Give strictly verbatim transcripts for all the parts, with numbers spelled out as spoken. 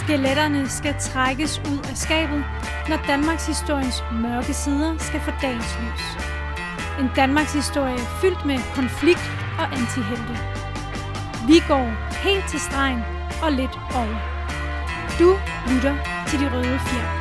Skeletterne skal trækkes ud af skabet, når Danmarks historiens mørke sider skal få dagens lys. En Danmarks historie fyldt med konflikt og antihelte. Vi går helt til stregen og lidt over. Du lytter til De Røde Fjer.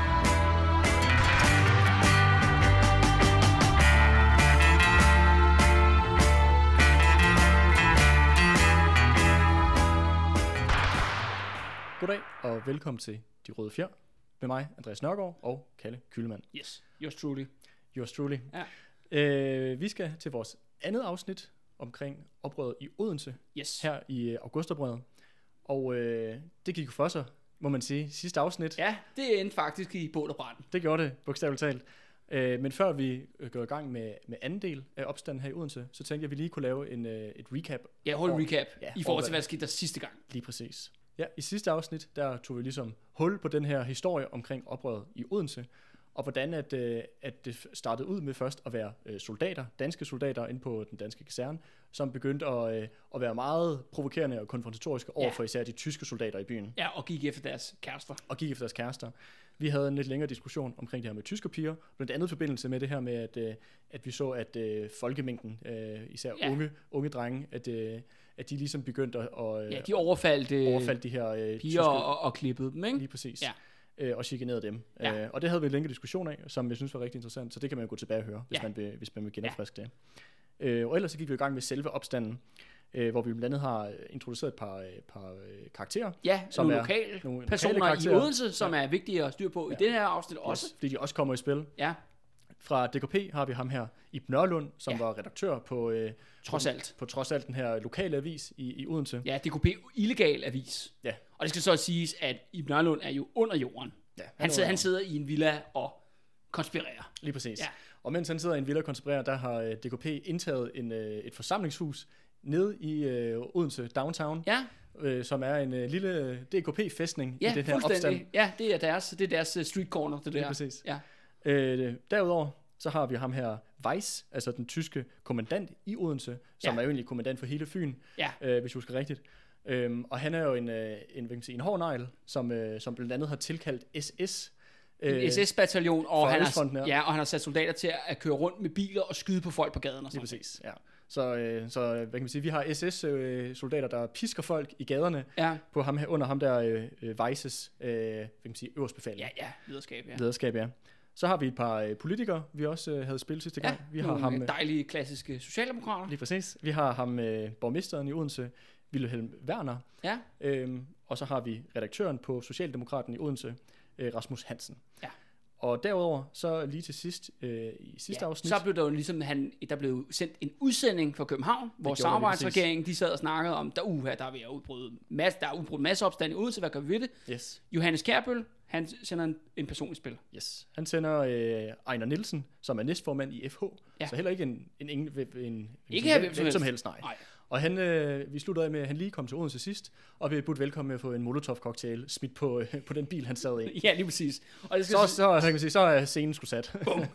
Goddag og velkommen til De Røde Fjer med mig, Andreas Nørgaard og Kalle Kühlmann. Yes, yours truly. Yours truly. Ja. Øh, vi skal til vores andet afsnit omkring oprøret i Odense Yes. her i augustoprøret. Og øh, det gik jo for sig, må man sige, sidste afsnit. Ja, det endte faktisk i bål og brand. Det gjorde det, bogstaveligt talt. Øh, men før vi går i gang med, med anden del af opstanden her i Odense, så tænkte jeg, at vi lige kunne lave en, øh, et recap. Ja, hold en recap ja, i forhold til, hvad der skete der sidste gang. Lige præcis. Ja, i sidste afsnit, der tog vi ligesom hul på den her historie omkring oprøret i Odense, og hvordan at, øh, at det startede ud med først at være øh, soldater, danske soldater inde på den danske kaserne, som begyndte at, øh, at være meget provokerende og konfrontatoriske over for især de tyske soldater i byen. Ja, og gik efter deres kærester. Og gik efter deres kærester. Vi havde en lidt længere diskussion omkring det her med tyske piger, blandt andet i forbindelse med det her med, at, øh, at vi så, at øh, folkemængden, øh, især ja. unge, unge drenge, at, øh, at de ligesom begyndte at øh, ja, de overfaldt, øh, overfaldt de her øh, piger tyske, og, og klippede dem, ikke? Lige præcis. Ja. Øh, og chikanerede dem. Ja. Øh, og det havde vi en længere diskussion af, som jeg synes var rigtig interessant, så det kan man jo gå tilbage og høre, hvis, ja. man, vil, hvis man vil genopfriske ja. det. Øh, og ellers så gik vi i gang med selve opstanden, øh, hvor vi blandt andet har introduceret et par, par øh, karakterer. Ja, som nogle er lokale nogle personer lokale i Odense, som ja. er vigtige at styre på ja. i det her afsnit også. Yes, fordi de også kommer i spil. Ja. Fra D K P har vi ham her, Ib Nørlund, som ja. var redaktør på, øh, trods alt. på, på trods alt den her lokale avis i, i Odense. Ja, D K P illegal avis. Ja. Og det skal så siges, at Ib Nørlund er jo under jorden. Ja, han, han, sidder, han sidder i en villa og konspirerer. Lige præcis. Ja. Og mens han sidder i en villa og konspirerer, der har øh, D K P indtaget en, øh, et forsamlingshus nede i øh, Odense Downtown. Ja. Øh, som er en øh, lille D K P-fæstning ja, i den her opstand. Ja, det er deres, det er deres street corner, det der. Lige præcis. Ja. Øh, derudover så har vi ham her, Weiss, altså den tyske kommandant i Odense, som ja. er jo egentlig kommandant for hele Fyn, ja. øh, hvis du husker rigtigt. Øhm, og han er jo en, øh, en, hvad kan man sige, en hård negl, som, øh, som blandt andet har tilkaldt S S. Øh, en S S-bataljon, og han, har, ja. ja, og han har sat soldater til at køre rundt med biler og skyde på folk på gaden. Og sådan. Lige præcis, ja. Så, øh, så hvad kan man sige, vi har S S-soldater, der pisker folk i gaderne ja. på ham, under ham der øh, Weisses øh, hvad kan man sige, øverstbefalende. Ja, ja, lederskab, ja. Lederskab, ja. Så har vi et par øh, politikere, vi også øh, havde spillet sidste gang. Ja, vi har ham dejlige, klassiske socialdemokrater. Lige præcis. Vi har ham, øh, borgmesteren i Odense, Wilhelm Werner. Ja. Øhm, og så har vi redaktøren på Socialdemokraten i Odense, øh, Rasmus Hansen. Ja. Og derudover, så lige til sidst, øh, i sidste ja, afsnit... så blev der jo ligesom, han, der blev sendt en udsending fra København, hvor samarbejdsregeringen, de sad og snakkede om, der, uh, der er ved at udbryde masse, der er udbrudt masseopstand i Odense, hvad gør vi ved det? Yes. Johannes Kjærbøl, han sender en, en person i spil. Yes. Han sender øh, Ejner Nielsen, som er næstformand i F H, ja. så heller ikke en... en, en, en, en ikke her, hvem som, som helst, nej. nej. Og han, øh, vi sluttede af med, at han lige kom til Odense sidst, og blev budt velkommen med at få en Molotov-cocktail smidt på, øh, på den bil, han sad i. Ja, lige præcis. Og det skal så, så, så, kan man sige, så er scenen sgu sat.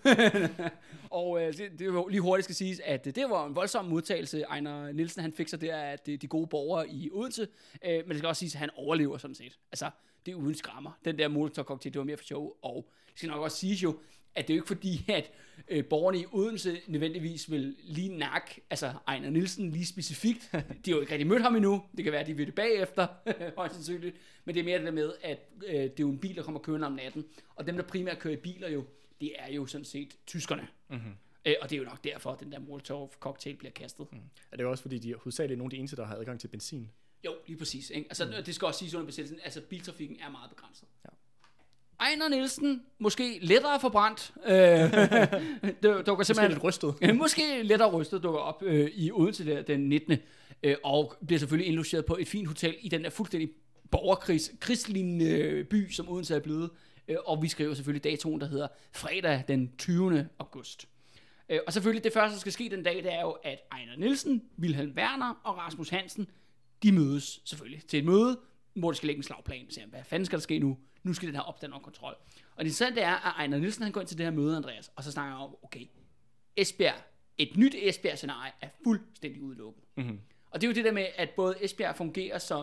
og øh, det, det var lige hurtigt skal siges, at det var en voldsom modtagelse, Ejner Nielsen han fik sig der, at de, de gode borgere i Odense, øh, men det skal også siges, at han overlever sådan set. Altså, det er uden skrammer. Den der Molotov-cocktail, det var mere for show, og det skal nok også siges jo, at det er jo ikke fordi, at øh, borgerne i Odense nødvendigvis vil lige nakke, altså Ejner Nielsen lige specifikt. De har jo ikke rigtig mødt ham endnu. Det kan være, at de vil det bagefter, højst sandsynligt. Men det er mere det der med, at øh, det er jo en bil, der kommer kørende om natten. Og dem, der primært kører i biler jo, det er jo sådan set tyskerne. Mm-hmm. Øh, og det er jo nok derfor, at den der Molotov-cocktail bliver kastet. Mm. Er det jo også fordi, de er hovedsageligt nogle af de eneste, der har adgang til benzin? Jo, lige præcis. Ikke? Altså, mm. det skal også siges under besættelsen, altså biltrafikken er meget begrænset. Ja. Ejner Nielsen, måske lettere forbrændt, øh, dukker simpelthen lidt rystet. måske lettere rystet dukker op øh, i Odense der, den nittende Øh, og bliver selvfølgelig indlogeret på et fint hotel i den der fuldstændig borgerkrigs, krigslignende by, som Odense er blevet. Øh, og vi skriver selvfølgelig datoen, der hedder fredag den tyvende august Øh, og selvfølgelig det første, der skal ske den dag, det er jo, at Ejner Nielsen, Wilhelm Werner og Rasmus Hansen, de mødes selvfølgelig til et møde, hvor de skal lægge en slagplan. Så hvad fanden skal der ske nu? Nu skal den her opstand under kontrol. Og det interessante er, at Ejner Nielsen han går ind til det her møde, Andreas, og så snakker han om, okay, Esbjerg, et nyt Esbjerg-scenarie er fuldstændig udelukket. Mm-hmm. Og det er jo det der med, at både Esbjerg fungerer som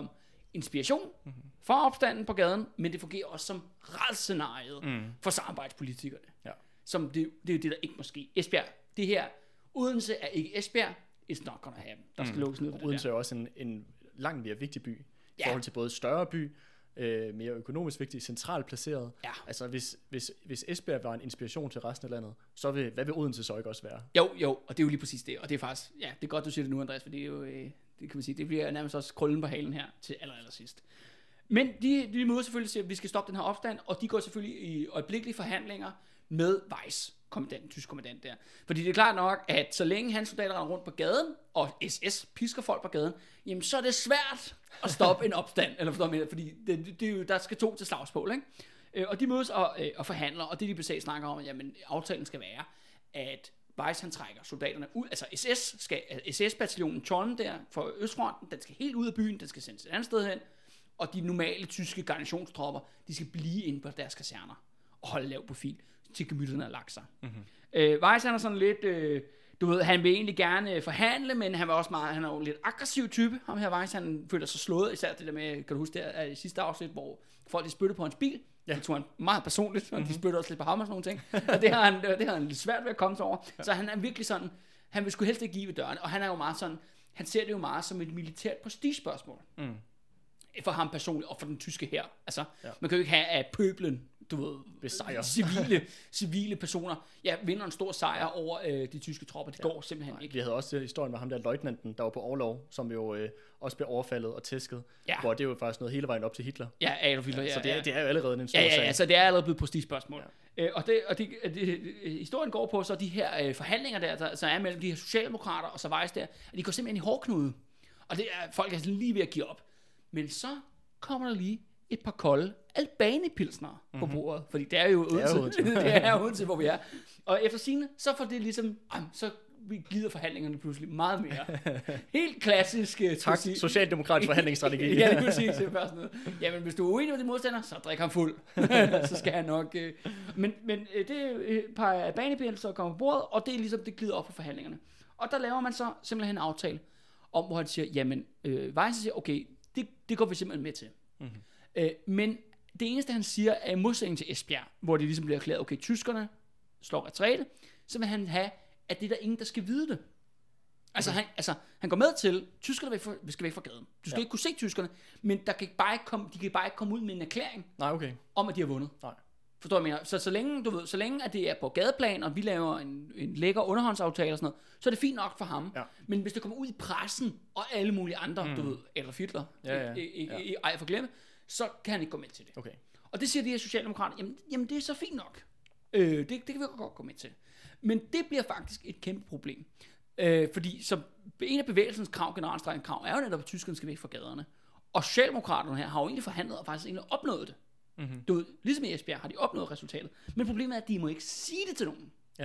inspiration mm-hmm. for opstanden på gaden, men det fungerer også som rædsscenariet mm. for samarbejdspolitikerne. Ja. Som det, det er jo det, der ikke må ske. Esbjerg, det her, Odense er ikke Esbjerg, it's not gonna happen. Der skal mm. lukkes ned for det. Odense er også en, en langt mere vigtig by, i forhold til både større by, øh, mere økonomisk vigtig, centralt placeret. Ja. Altså hvis, hvis, hvis Esbjerg var en inspiration til resten af landet, så vil, hvad vil Odense så ikke også være? Jo, jo, og det er jo lige præcis det. Og det er faktisk, ja, det er godt, du siger det nu, Andreas, for det er jo, øh, det kan man sige, det bliver nærmest også krøllen på halen her til aller, aller sidst. Men de, de møder selvfølgelig til, at vi skal stoppe den her opstand, og de går selvfølgelig i øjeblikkelige forhandlinger med Weiss, kommandanten, tysk kommandant der. Fordi det er klart nok, at så længe hans soldater render rundt på gaden, og S S pisker folk på gaden, jamen så er det svært at stoppe en opstand, eller forstår man, fordi det, det, det, der skal to til slagsmål, ikke? Og de mødes og, og forhandler, og det de besager snakker om, at jamen, aftalen skal være, at Weiss han trækker soldaterne ud, altså S S skal, S S-bataljonen Tollen der for Østfronten, den skal helt ud af byen, den skal sendes et andet sted hen, og de normale tyske garnisonstropper, de skal blive inde på deres kaserner og holde lav profil, til gemytterne har lagt sig. Mm-hmm. Øh, Weiss han er sådan lidt, øh, du ved, han vil egentlig gerne forhandle, men han var også meget, han er jo en lidt aggressiv type, ham her Weiss, han føler sig slået, især det der med, kan du huske det, at i sidste afsnit, hvor folk de spyttede på hans bil, ja. Det tog han meget personligt, og mm-hmm. de spyttede også lidt på ham og sådan nogle ting, og det har han, det har han lidt svært ved at komme sig over, ja. Så han er virkelig sådan, han vil sgu helst ikke give ved døren, og han er jo meget sådan, han ser det jo meget som et militært prestigespørgsmål. Mm. For ham personligt, og for den tyske hær. Altså, ja. Man kan jo ikke have, at pøblen, du ved, besejrer civile, civile personer, ja, vinder en stor sejr over øh, de tyske tropper. Det ja. går simpelthen Nej, ikke. Vi havde også historien med ham der løjtnanten, der var på orlov, som jo øh, også blev overfaldet og tæsket, ja. Hvor det jo faktisk noget hele vejen op til Hitler. Ja, Adolf Hitler, ja. Så det er, det er jo allerede en stor ja, ja, sag. Ja, så det er allerede blevet prestigespørgsmål. Ja. Øh, og det, og det, det, det, historien går på så de her øh, forhandlinger der, der så er mellem de her socialdemokrater og så Weiss der, at de går simpelthen i hårdknude. Og det er folk er lige ved at give op. Men så kommer der lige et par kolde Albani-pilsnere mm-hmm. på bordet, fordi det er jo Odense, det er jo Odense, hvor vi er. Og efter sigende, så får det ligesom, øh, så glider forhandlingerne pludselig meget mere. Helt klassisk. Uh, tak, socialdemokratisk forhandlingsstrategi. Ja, det kan sige, det er bare sådan noget. Jamen, hvis du er uenig med din modstander, så drik ham fuld. Så skal han nok... Uh... Men, men uh, det er et par Albani-pilsner, der kommer på bordet, og det er ligesom, det glider op på forhandlingerne. Og der laver man så simpelthen en aftale om, hvor han siger, jamen, øh, Weiss siger, okay, det, det går vi simpelthen med til. Mm-hmm. Øh, men det eneste, han siger, er i modsætning til Esbjerg, hvor det ligesom bliver erklæret, okay, tyskerne slår retræte, så vil han have, at det er der ingen, der skal vide det. Altså, okay. han, altså han går med til, tyskerne vil for, skal væk fra gaden. Du skal ja. ikke kunne se tyskerne, men der kan bare ikke komme, de kan bare ikke komme ud med en erklæring Nej, okay. om, at de har vundet. Nej. Forstår du, hvad jeg mener? Så, så længe, du ved, så længe at det er på gadeplan, og vi laver en, en lækker underhåndsaftale og sådan noget, så er det fint nok for ham. Ja. Men hvis det kommer ud i pressen, og alle mulige andre, mm. du ved, Adolf Hitler, ja, ja. ikke ja. ej for glemme, så kan han ikke gå med til det. Okay. Og det siger de her socialdemokrater, jamen, jamen det er så fint nok. Øh, det, det kan vi godt gå med til. Men det bliver faktisk et kæmpe problem. Øh, fordi så en af bevægelsens krav, generalstrækkens krav, er jo netop, at tyskerne skal væk fra gaderne. Og socialdemokraterne her har jo egentlig forhandlet og faktisk egentlig opnået det. Mm-hmm. Du ved, ligesom i Esbjerg har de opnået resultatet. Men problemet er, at de må ikke sige det til nogen. Ja.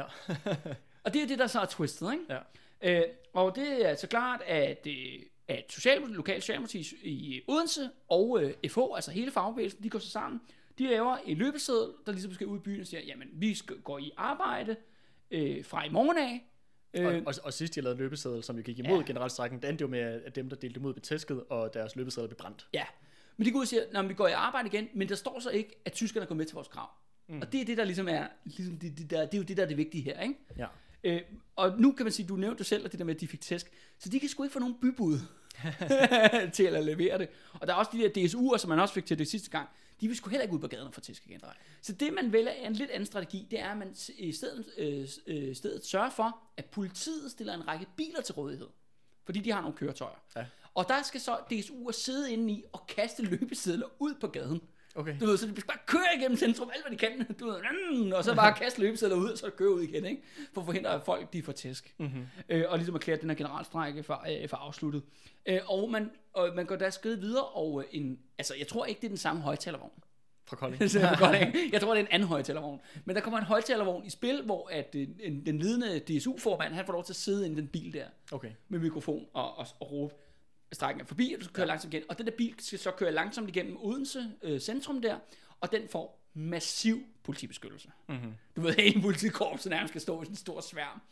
Og det er det, der så er twistet, ikke? Ja. Øh, og det er så klart, at, at social, lokal socialdemokrati i Odense og øh, F H, altså hele fagbevægelsen, de går så sammen. De laver en løbeseddel, der ligesom skal ud i byen og siger, jamen, vi skal gå i arbejde øh, fra i morgen af. Øh, og, og, og sidst de lavede løbeseddel, som jo gik imod ja. generalstrækken, det endte jo med, at dem, der delte imod, blev tæsket, og deres løbesedler blev brændt. Ja. Men de går ud og siger, at vi går i arbejde igen, men der står så ikke, at tyskerne går med til vores krav. Mm. Og det er det, der ligesom er, ligesom det, det, der, det er jo det, der er det vigtige her, ikke? Ja. Øh, og nu kan man sige, du nævnte selv, at det der med, at de fik tæsk, så de kan sgu ikke få nogen bybud til at levere det. Og der er også de der D S U'er, som man også fik til det sidste gang, de vil sgu heller ikke ud på gaden og få tæsk igen. Nej. Så det, man vælger er en lidt anden strategi, det er, at man i stedet, øh, øh, stedet sørger for, at politiet stiller en række biler til rådighed. Fordi de har nogle køretøjer. Ja. Og der skal så D S U'er sidde inde i og kaste løbesedler ud på gaden. Okay. Du ved, så de skal bare køre igennem centrum, alt hvad de kan, du ved, og så bare kaste løbesedler ud, og så køre ud igen, ikke? For at forhindre, at folk de får tæsk. Mm-hmm. Øh, og ligesom erklære den her generalstrække for, øh, for afsluttet. Øh, og, man, og man går der skridt videre, og en, altså jeg tror ikke, det er den samme højtalervogn. Fra Kolding. Jeg tror, det er en anden højtalervogn. Men der kommer en højtalervogn i spil, hvor at, øh, en, den ledende D S U-formand, han får lov til at sidde inde i den bil der. Okay. Med mikrofon og, og, og råbe. Strækken er forbi, og du skal køre ja. langsomt igen. Og den der bil skal så køre langsomt igennem Odense øh, centrum der, og den får massiv politibeskyttelse. Mm-hmm. Du ved, hele politikorpset nærmest skal stå i sådan en stor sværm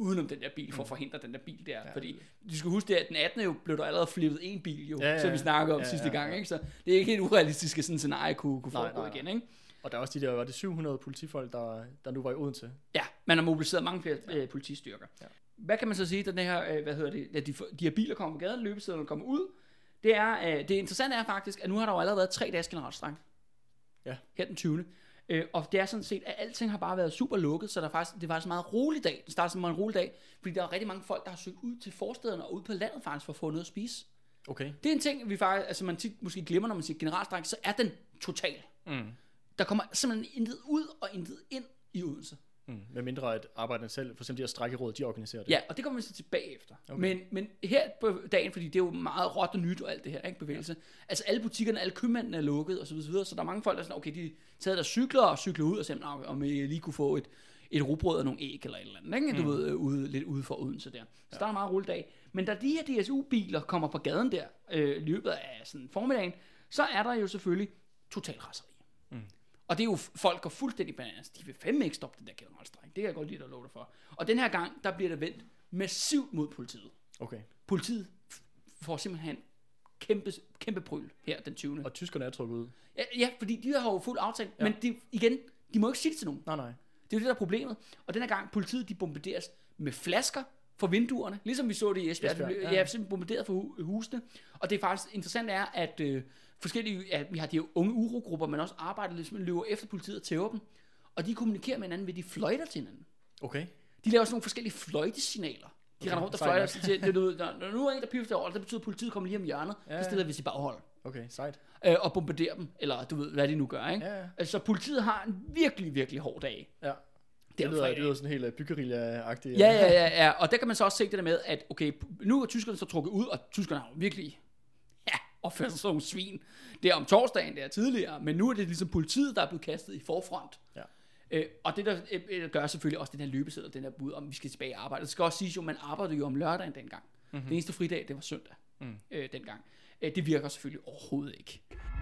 udenom den der bil, for at forhindre den der bil der. Ja. Fordi du skal huske det, at den attende jo blev der allerede flippet en bil jo, ja, ja, ja. som vi snakkede om ja, sidste ja, ja. gang, ikke? Så det er ikke helt urealistisk, at sådan en scenarie kunne, kunne foregå igen, ikke? Og der er også de der, var det syv hundrede politifolk, der, der nu var i Odense. Ja, man har mobiliseret mange flere ja. øh, politistyrker. Ja. Hvad kan man så sige, at den her, øh, hvad hedder det, at de, de her biler kommer på gaden, løbesedlerne kommer ud? Det er, øh, det interessante er faktisk, at nu har der jo allerede været tre dages generalstrejke. Ja. Her den tyvende Øh, og det er sådan set, at alting har bare været super lukket, så der er faktisk, det var faktisk en meget rolig dag. Det startede som en rolig dag, fordi der er rigtig mange folk, der har søgt ud til forstederne og ud på landet faktisk for at få noget at spise. Okay. Det er en ting, vi faktisk, altså man tit måske glemmer, når man siger generalstrejke, så er den total. Mm. Der kommer simpelthen intet ud og intet ind i Odense. Mm. Med mindre at arbejderne selv, for eksempel de her strejkeråd, de organiserer det. Ja, og det kommer vi så tilbage efter. Okay. Men, men her på dagen, fordi det er jo meget råt og nyt og alt det her, ikke, bevægelse. Ja. Altså alle butikkerne, alle købmændene er lukket og så videre, så der er mange folk, der er sådan, okay, de tager der cykler og cykler ud og siger, om I lige kunne få et, et rugbrød og nogle æg eller et eller andet, ikke? Mm. Du ved, ude, lidt ude for Odense der. Så ja. Der er en meget rolig dag. Men da de her D S U-biler kommer på gaden der, øh, i løbet af sådan formiddagen, så er der jo selvfølgelig total raseri. Mm. Og det er jo, folk går fuldstændig bananas. De vil fandme ikke stoppe den der generalstrejke. Det kan jeg godt lide at love dig for. Og den her gang, der bliver det vendt massivt mod politiet. Okay. Politiet får simpelthen kæmpe, kæmpe pryl her den tyvende Og tyskerne er trukket ud. Ja, ja, fordi de har jo fuld aftale. Ja. Men de, igen, de må ikke sige det til nogen. Nej, nej. Det er jo det, der er problemet. Og den her gang, politiet de bombarderes med flasker for vinduerne. Ligesom vi så det i Esbjerg. Esbjerg ja. De er simpelthen bombarderet for husene. Og det er faktisk interessant er, at øh, forskellige, at vi har de her unge urogrupper, men også arbejder lidt, man løber efter politiet og tæver dem. Og de kommunikerer med hinanden ved, de fløjter til hinanden. Okay. De laver sådan nogle forskellige fløjtesignaler. De okay. render rundt og fløjter til, til, når, når nu er en, der pifter over, det betyder, at politiet kommer lige om hjørnet, ja, så stiller vi sig baghold. Okay, sejt. Øh, og bombarderer dem, eller du ved, hvad de nu gør, ikke? Ja, ja. Altså, politiet har en virkelig, virkelig hård dag. Ja. Det lyder, det lyder sådan helt byggerilla-agtigt. Ja, ja, ja, ja, og der kan man så også se det der med, at okay, nu er tyskerne så trukket ud, og tyskerne har jo virkelig ja, opført sig som nogle svin. Det er om torsdagen, det er tidligere, men nu er det ligesom politiet, der er blevet kastet i forfront. Ja. Øh, og det der øh, gør selvfølgelig også den her løbeseddel, den her bud, om vi skal tilbage i arbejde. Det skal også siges jo, man arbejdede jo om lørdagen dengang. Mm-hmm. Den eneste fridag, det var søndag mm. øh, dengang. Øh, det virker selvfølgelig overhovedet ikke.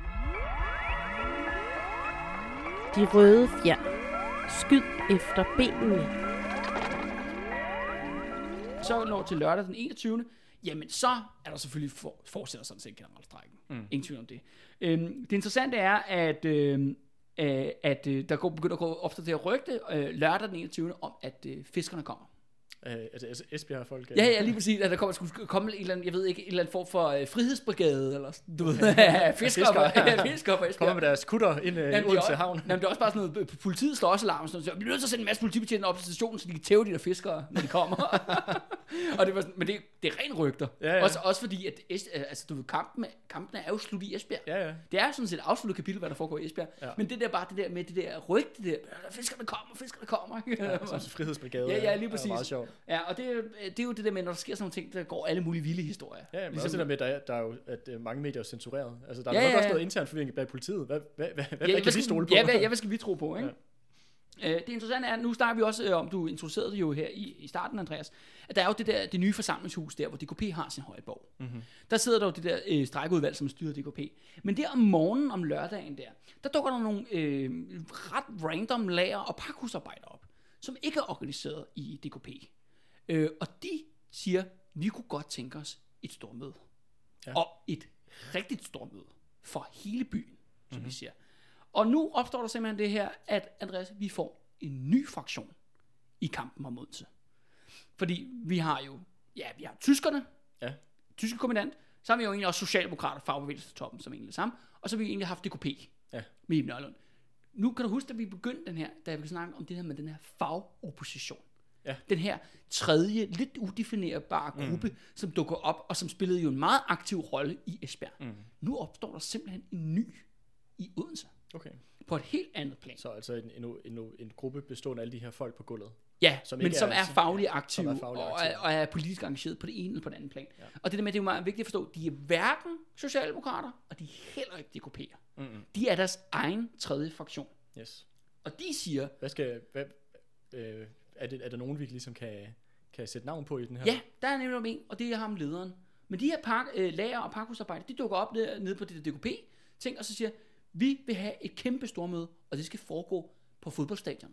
De røde fjer. Skyd efter benene. Så når til lørdag den enogtyvende Jamen så er der selvfølgelig for, fortsætter sådan set generalstrejken. Mm. Ingen tvivl om det. Øhm, det interessante er, at, øh, at øh, der går, begynder at gå opstå til at rygte øh, lørdag den enogtyvende om, at øh, fiskerne kommer. Uh, altså Esbjerg folk. Ja, ja, lige præcis. At der kommer, skulle komme en eller anden, jeg ved ikke, en eller anden form for uh, frihedsbrigade, eller du ved, fiskere, ja, fiskere på Esbjerg. Kommer med deres kutter ind uh, i Odense Havn. Jamen, det er også bare sådan noget, politiet slår også alarm, sådan, så vi er nødt til at sende en masse politibetjente op til stationen, så de kan tæve de der fiskere, når de kommer. Og det var sådan, men det, det er ren rygter. Ja, ja. Også, også fordi, at altså, du ved, kampen, kampene er jo slut i Esbjerg. Ja, ja. Det er sådan set et afsluttet kapitel, hvad der foregår i Esbjerg. Ja. Men det der bare, det der med det der rygte, det der, fiskerne kommer, fiskerne kommer. Ja, som frihedsbrigade. Ja, ja, lige præcis. Det er meget sjovt. Ja, og det, det er jo det der med, når der sker sådan nogle ting, der går alle mulige vilde historier. Ja, men ligesom, også det der med, der er, der er jo, at uh, mange medier er censureret. Altså, der er ja, nok ja, ja. også noget intern forvirring bag politiet. Hvad, hvad, hvad, hvad, ja, hvad kan vi stole på? Ja, hvad, ja, hvad skal vi tro på, ikke? Ja. Det interessante er, nu starter vi også, øh, om du introducerede det jo her i, i starten, Andreas, at der er jo det der det nye forsamlingshus der, hvor D K P har sin højborg. Mm-hmm. Der sidder der jo det der øh, strækudvalg, som styrer D K P. Men der om morgenen, om lørdagen der, der dukker der nogle øh, ret random lager og pakhusarbejder op, som ikke er organiseret i D K P. Øh, og de siger, vi kunne godt tænke os et stort møde. Ja. Og et rigtigt stort møde for hele byen, som mm-hmm. vi siger. Og nu opstår der simpelthen det her, at Andreas, vi får en ny fraktion i kampen om Odense. Fordi vi har jo, ja, vi har tyskerne, ja. tyske kommandant, så har vi jo egentlig også socialdemokrater, fagbevægelsetoppen, som egentlig sammen, og så har vi egentlig haft D K P ja. med Iben Nørlund. Nu kan du huske, at vi begyndte den her, da vi snakke om det her med den her fagopposition. Ja. Den her tredje, lidt udefinerbare gruppe, mm. som dukker op, og som spillede jo en meget aktiv rolle i Esbjerg. Mm. Nu opstår der simpelthen en ny i Odense. Okay. På et helt andet plan. Så altså en, en, en, en gruppe bestående af alle de her folk på gulvet. Ja, som men som er, er fagligt aktive, ja, og, er, og er politisk engageret på det ene eller på det andet plan. Ja. Og det der med, det er jo meget vigtigt at forstå, de er hverken socialdemokrater, og de er heller ikke D K P'er. Mm-hmm. De er deres egen tredje fraktion. Yes. Og de siger... Hvad skal... Hvad, øh, er, det, er der nogen, vi ligesom kan, kan sætte navn på i den her? Ja, der er nemlig en, og det er ham lederen. Men de her park, øh, lager og pakhusarbejder, de dukker op der, nede på det der D K P-ting, og så siger, vi vil have et kæmpe stormøde, og det skal foregå på fodboldstadionet.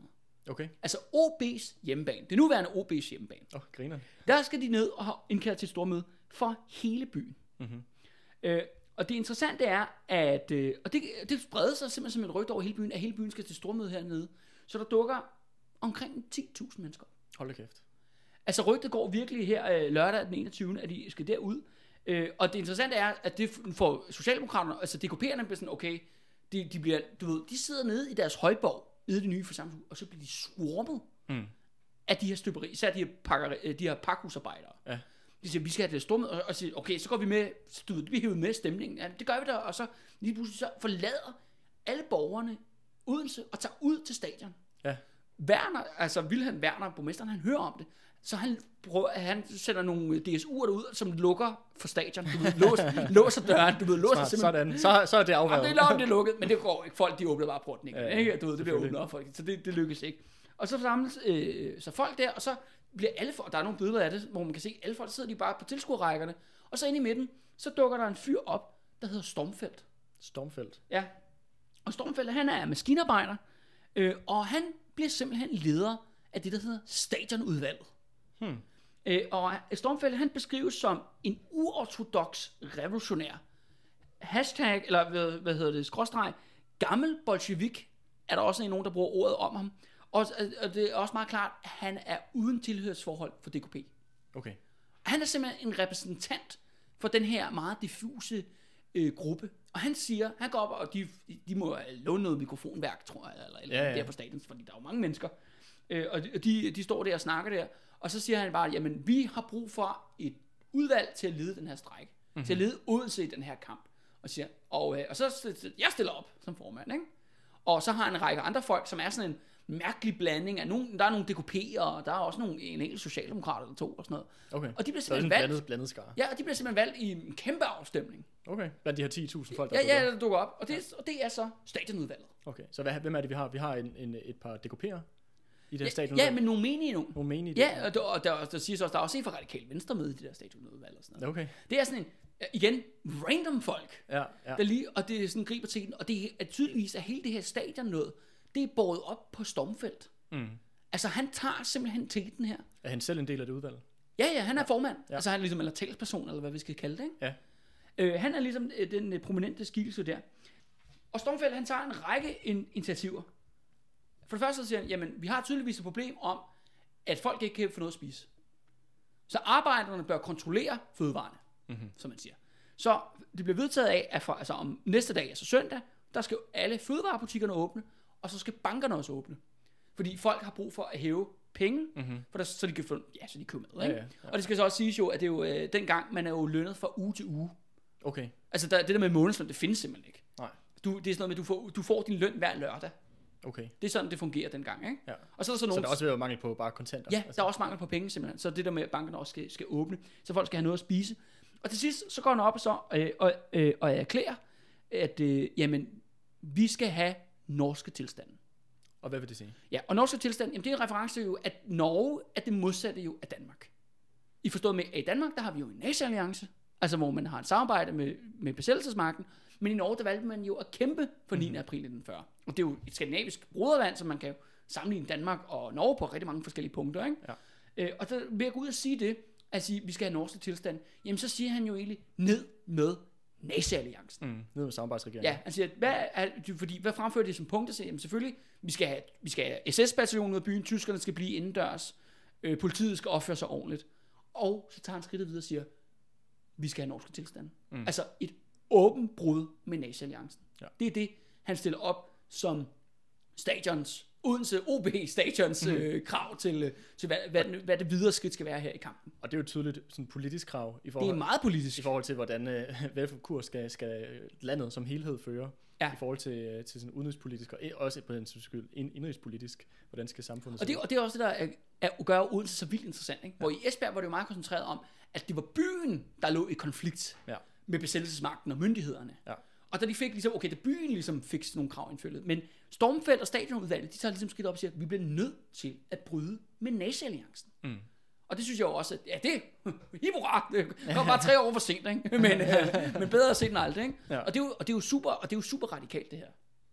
Okay. Altså O B's hjemmebane, det nuværende O B's hjemmebane. Åh, oh, griner. Der skal de ned og have indkaldt til et stormøde for hele byen. Mm-hmm. Øh, og det interessante er, at øh, og det, det spreder sig simpelthen som et rygte over hele byen, at hele byen skal til stormøde hernede. Så der dukker omkring ti tusind mennesker. Hold da kæft. Altså rygtet går virkelig her øh, lørdag den enogtyvende at de skal derud. Øh, og det interessante er, at det får Socialdemokraterne, altså D K P'erne bliver sådan, okay, de, de bliver, du ved, de sidder nede i deres højborg, nede i det nye forsamlingshus, og så bliver de swarmet Mm. af de her støberi, især de her, pakker, de her pakhusarbejdere. Ja. De siger, vi skal have det stormøde, og, og siger, okay, så går vi med, du ved, vi hiver med stemningen. Ja, det gør vi der, og så lige pludselig så forlader alle borgerne Odense og tager ud til stadion. Ja. Werner, altså Wilhelm Werner, borgmesteren, han hører om det. Så han, prøver, han sætter nogle D S U'er derud, som lukker for stadion. Du ved, låser, låser døren, du ved, låser Smart, simpelthen. sådan. Så, så er det afværet. Jamen, det er, det er lukket, men det går ikke. Folk, de åbner bare porten igen. Ja, Ikke? Du ved, det bliver selvfølgelig. åbnet op for så det, det lykkes ikke. Og så samles øh, så folk der, og så bliver alle folk, der er nogle billeder af det, hvor man kan se, alle folk, så sidder de bare på tilskuerrækkerne, og så inde i midten, så dukker der en fyr op, der hedder Stormfeldt. Stormfeldt. Ja. Og Stormfeldt, han er maskinarbejder, øh, og han bliver simpelthen leder af det, der hedder stadionudvalget. Hmm. Øh, og Stormfeldt, han beskrives som en uortodox revolutionær. Hashtag, eller hvad, hvad hedder det, skråstreg, gammel bolshevik, er der også nogen, der bruger ordet om ham. Og, og det er også meget klart, at han er uden tilhørsforhold for D K P. Okay. Han er simpelthen en repræsentant for den her meget diffuse øh, gruppe. Og han siger, han går op, og de, de må låne noget mikrofonværk, tror jeg, eller, eller Ja, ja. der på stadion, fordi der er jo mange mennesker. Øh, og de, de, de står der og snakker der, og så siger han bare, jamen vi har brug for et udvalg til at lede den her strejke, mm-hmm. til at lede Odense i den her kamp. Og, siger, og, øh, og så jeg stiller op som formand, ikke? Og så har han en række andre folk, som er sådan en mærkelig blanding af nogen, der er nogle D K P'er, og der er også nogle, en enkelt socialdemokrater eller to og sådan noget. Okay. Og de bliver Så er det simpelthen en valgt. blandet, blandet skare. Ja, og de bliver simpelthen valgt i en kæmpe afstemning. Okay. Blandt de her ti tusind folk, der Ja, dukker ja, op. der dukker op. Og det, og det er så stadionudvalget. Okay. Så hvad, hvem er det, vi har? Vi har en, en, et par D K P'er i det her Ja, stadion. ja, men nogle menige nogen. Nogle menige. Ja, og der, og der, der siger så også, der er også en fra Radikal Venstre med i det der stadionudvalg og sådan noget. Okay. Det er sådan en, igen, random folk, Ja, ja. der lige, og det er sådan griber til den, og det er tydeligvis, at hele det her stadion noget, det er båret op på Stormfeldt. Mm. Altså, han tager simpelthen til den her. Er han selv en del af det udvalg? Ja, ja, han er formand. Ja. Altså, han er ligesom, eller talsperson, eller hvad vi skal kalde det, ikke? Ja. Øh, han er ligesom øh, den øh, prominente skikkelse der. Og Stormfeldt, han tager en række in- initiativer. For det første så siger han, jamen, vi har tydeligvis et problem om, at folk ikke kan få noget at spise. Så arbejderne bør kontrollere fødevarene, Mm-hmm. som man siger. Så det bliver vedtaget af, at fra, altså om næste dag, altså søndag, der skal alle fødevarebutikkerne åbne, og så skal bankerne også åbne. Fordi folk har brug for at hæve penge, Mm-hmm. for der, så de kan få, ja, så de køber med, ikke? Ja, ja, ja. Og det skal så også siges jo, at det er jo øh, dengang, man er jo lønnet fra uge til uge. Okay. Altså der, det der med månedsløn, det findes simpelthen ikke. Nej. Du, det er sådan noget med, du får, du får din løn hver lørdag. Okay. Det er sådan, det fungerer dengang, ikke? Ja. Og så er der så Så nogen... der er også ved at være mangel på bare kontanter. Ja, der er også mangel på penge simpelthen. Så det der med, at bankerne også skal, skal åbne, så folk skal have noget at spise. Og til sidst, så går han op og, så, øh, og, øh, og erklærer, at øh, jamen, vi skal have norske tilstande. Og hvad vil det sige? Ja, og norske tilstand, jamen det er en reference til jo, at Norge er det modsatte jo af Danmark. I forstået med, at i Danmark, der har vi jo en nazi-alliance, altså hvor man har et samarbejde med, med besættelsesmagten, men i Norge, der valgte man jo at kæmpe for niende april nitten fyrre. Og det er jo et skandinavisk broderland, så man kan jo sammenligne Danmark og Norge på rigtig mange forskellige punkter, ikke? Ja. Øh, og der, ved at gå ud og sige det, at sige, vi skal have norske tilstand, jamen så siger han jo egentlig, ned med nazi-alliancen. Mm. Nede med samarbejdsregeringen. Ja, han siger, hvad, er, fordi, hvad fremfører det som punkt? Så, jamen selvfølgelig, vi skal have, vi skal have S S-bataljonen ud af byen, tyskerne skal blive indendørs, øh, politiet skal opføre sig ordentligt. Og så tager han skridtet videre og siger, vi skal have norske tilstande. Mm. Altså et åbent brud med nazi-alliancen. Ja. Det er det, han stiller op som stadions, Odense O B stadions mm. øh, krav til, til hvad, hvad, hvad det videre skridt skal være her i kampen. Og det er jo tydeligt sådan et politisk krav i Det forhold, er meget politisk. i forhold til, hvordan øh, hvilken kurs skal, skal landet som helhed føre. Ja. I forhold til, til sådan udenrigspolitisk, og også på den skyld indrigspolitisk, hvordan skal samfundet Og det, se ud? og det er også det, der er, er at gøre Odense så vildt interessant. Ikke? Hvor i Esbjerg var det jo meget koncentreret om, at det var byen, der lå i konflikt Ja. med besættelsesmagten og myndighederne. Ja. Og da de fik ligesom, okay, da byen ligesom fik sådan nogle krav indfølget, men Stormfeldt og stadionudvalget, de tager ligesom skridt op og siger, at vi bliver nødt til at bryde med nazi-alliancen. Mm. Og det synes jeg jo også, at ja, det er hurra, det kom bare tre år for sent, ikke? Men, øh, men bedre sent end aldrig, ikke? Ja. Og, det er jo, og det er jo super, og det er jo super radikalt det her.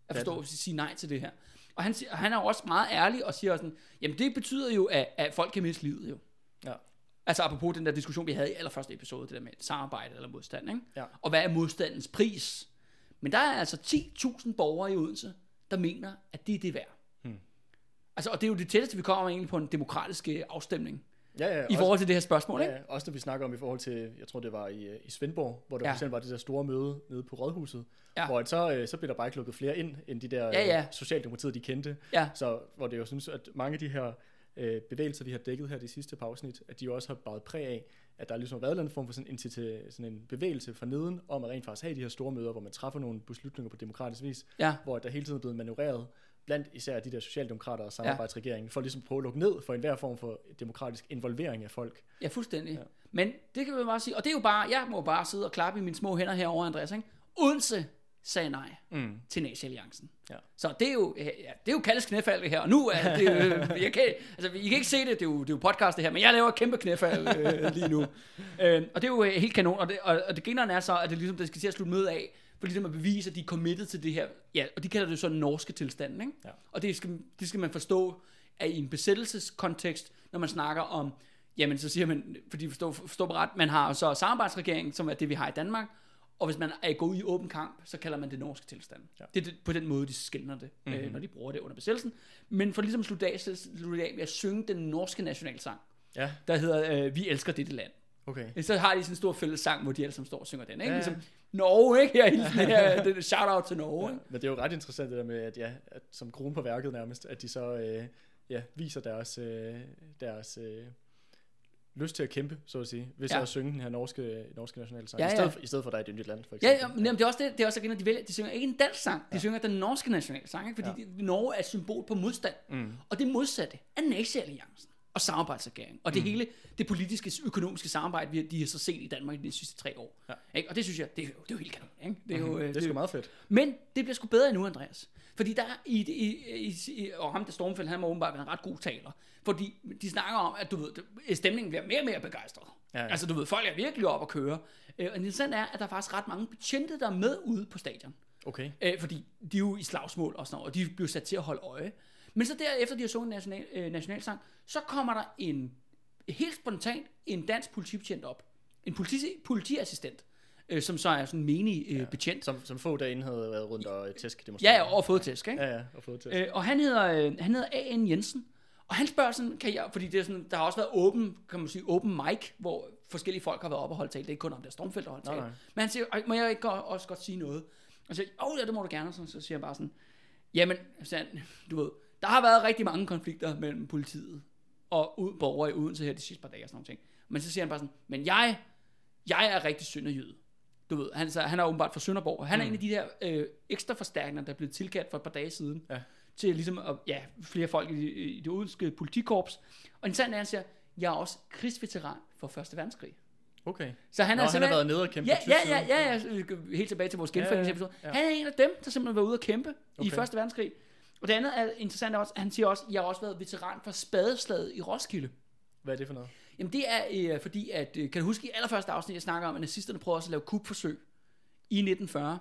at forstå, at sige nej til det her. Og han, han er jo også meget ærlig og siger sådan, jamen det betyder jo, at, at folk kan miste livet jo. Ja. Altså apropos den der diskussion, vi havde i allerførste episode, det der med samarbejde eller modstand, ikke? Ja. Og hvad er modstandens pris? Men der er altså ti tusind borgere i Odense, der mener, at det er det værd. Hmm. Altså, og det er jo det tætteste, vi kommer egentlig på en demokratisk afstemning. Ja, ja, i også, forhold til det her spørgsmål, ja, ikke? Ja, også når vi snakker om i forhold til, jeg tror det var i, i Svendborg, hvor der ja. for eksempel var det der store møde nede på Rådhuset, ja. hvor så, så blev der bare ikke lukket flere ind, end de der ja, ja. Socialdemokratiet, de kendte. Ja. Så hvor det jo synes, at mange af de her øh, bevægelser, vi har dækket her de sidste par afsnit, at de jo også har baret præg af, at der ligesom har været en eller anden form for sådan en, sådan en bevægelse fra neden, om at rent faktisk have de her store møder, hvor man træffer nogle beslutninger på demokratisk vis, ja. hvor der hele tiden er blevet manøvreret blandt især de der socialdemokrater og samarbejdsregeringen, ja. for ligesom at prøve at lukke ned for enhver form for demokratisk involvering af folk. Ja, fuldstændig. Ja. Men det kan vi bare sige, og det er jo bare, jeg må bare sidde og klappe i mine små hænder herovre, Andreas, ikke? Odense sagde nej mm. til Nazi-alliancen. Ja. Så det er jo, ja, det er jo Kalles knæfald det her, og nu er det, jeg kan, altså I kan ikke se det, det er jo, det er jo podcast det her, men jeg laver et kæmpe knæfald øh, lige nu. øh, og det er jo helt kanon, og det, og, og det grinerne er så, at det ligesom, det skal til at slutte møde af, for ligesom at bevise, at de er committed til det her, ja, og de kalder det så den norske tilstand, ikke? Ja. Og det skal, det skal man forstå, at i en besættelseskontekst, når man snakker om, jamen så siger man, fordi forstå, forstå ret, man har så samarbejdsregeringen, som er det vi har i Danmark, og hvis man er gået i åben kamp, så kalder man det norske tilstand. Ja. Det er det, på den måde, de skældner det, mm-hmm. øh, når de bruger det under besættelsen. Men for ligesom at slutte af, slutte af med at synge den norske nationalsang, ja. der hedder øh, Vi elsker dette land. Okay. Så har de sådan en stor fælles sang, hvor de alle sammen står og synger den. Ikke? Ja. Ligesom Norge, ikke? Her, hilsen her, det er shout-out til Norge. Ja. Men det er jo ret interessant det der med, at, ja, at som krone på værket nærmest, at de så øh, ja, viser deres, øh, deres øh, lyst til at kæmpe, så at sige, ved så ja. at synge den her norske, norske nationalsang, ja, ja. I, stedet for, i stedet for dig et yndigt land, for eksempel. Ja, ja, men det er også det, det er også igen, at de vælger, de synger ikke en dansk sang, de ja. synger den norske nationalsang, ikke? Fordi ja. Norge er et symbol på modstand, mm. og det modsatte er Nazi-alliancen og samarbejdsregering, og det mm. hele, det politiske, økonomiske samarbejde, vi de har så set i Danmark i de sidste tre år. Ja. Ikke? Og det synes jeg, det er jo, det er jo helt kanon. Ikke? Det er jo, mm-hmm. det er sgu meget fedt. Men det bliver sgu bedre endnu, Andreas. Fordi der i, i, i, i og ham der Stormfeld, han må åbenbart være en ret god taler. Fordi de snakker om, at du ved, stemningen bliver mere og mere begejstret. Ja, ja. Altså du ved, folk er virkelig op at køre. Og det interessante er, at der er faktisk ret mange betjente, der er med ude på stadion. Okay. Æ, fordi de er jo i slagsmål og sådan noget, og de bliver sat til at holde øje. Men så derefter de har sunget national, øh, nationalsang, så kommer der en helt spontant en dansk politibetjent op. En politi, politiassistent, øh, som så er sådan en menig øh, ja, betjent. Som, som få derinde havde været rundt og tæsk demonstreret. Ja, ja, og fået tæsk, ikke? Ja, ja, og fået tæsk. Øh, og han hedder, øh, han hedder A N Jensen, og han spørger sådan, kan jeg, fordi det er sådan, der har også været åben, kan man sige, open mic, hvor forskellige folk har været oppe og holdt tale. Det er ikke kun om der Stormfeld, der holdt tale. Men han siger, må jeg ikke også godt sige noget? Og så siger åh, ja, det må du gerne. Så siger han bare sådan, jamen, sådan, du ved, der har været rigtig mange konflikter mellem politiet og ud, borgere i Odense her de sidste par dage og sådan nogle ting. Men så siger han bare sådan, men jeg, jeg er rigtig sønderjyde. Du ved, han, så, han er åbenbart fra Sønderborg. Han er mm. en af de der øh, ekstra forstærkninger, der er blevet tilkaldt for et par dage siden. Ja. Til ligesom, at, ja, flere folk i, i det odenske politikorps. Og en sand er, han siger, jeg er også krigsveteran for første verdenskrig. Okay. Så han, Nå, er han har været nede og kæmpe ja, ja, ja, ja, ja, helt tilbage til vores genforeningsepisode. Ja, ja, ja. Han er en af dem, der simpelthen var ude og kæmpe okay. i første verdenskrig. Og det andet er interessant også, han siger også, jeg har også været veteran for spadeslaget i Roskilde. Hvad er det for noget? Jamen det er øh, fordi, at, øh, kan du huske i allerførste afsnit, jeg snakker om, at nazisterne prøvede også at lave kupforsøg i nitten fyrre.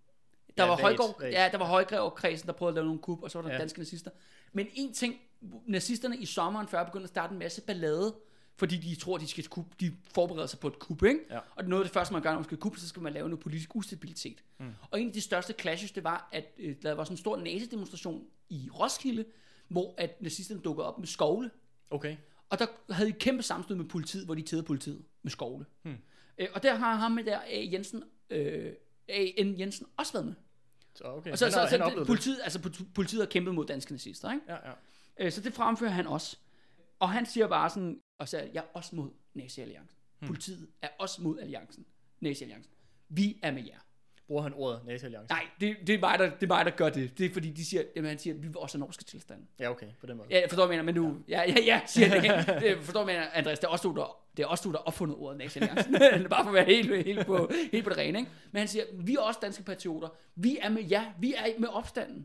Der ja, var Højgaard, ja, der var Højgrev-kredsen, der prøvede at lave nogle kup, og så var der ja. danske nazister. Men en ting, nazisterne i sommeren før begyndte at starte en masse ballade, fordi de tror, de skal kup, de forbereder sig på et kup, ikke? Ja. Og noget af det første, man gør, når man skal kup, så skal man lave noget politisk ustabilitet. Mm. Og en af de største clashes, det var, at øh, der var sådan en stor nazi-demonstration i Roskilde, hvor at nazisterne dukkede op med skovle. Okay. Og der havde de et kæmpe sammenstød med politiet, hvor de tædede politiet med skovle. Hmm. Øh, og der har ham med der A. Jensen, øh, A N Jensen også været med. Så okay. Og så, han så, har, så han det, politiet, altså politiet har kæmpet mod danske nazister, ikke? Ja, ja. Øh, så det fremfører han også. Og han siger bare sådan, og så jeg er også mod Nazi-alliancen. Hmm. Politiet er også mod alliancen, Nazi-alliancen. Vi er med jer. Bruger han ordet Nazi-alliancen? Nej, det, det, er mig, der, det er mig, der gør det. Det er fordi, de siger, jamen, han siger, at vi vil også have norske tilstande. Ja, okay, på den måde. Ja, forstår du, mener, men du, ja, ja, ja, siger det igen. Forstår du, mener, Andreas, det er også du, der, det er også du, der opfundet ordet Nazi-alliancen. Bare for at være helt, helt, på, helt på det rene, ikke? Men han siger, vi er også danske patrioter. Vi er med jer. Vi er med opstanden.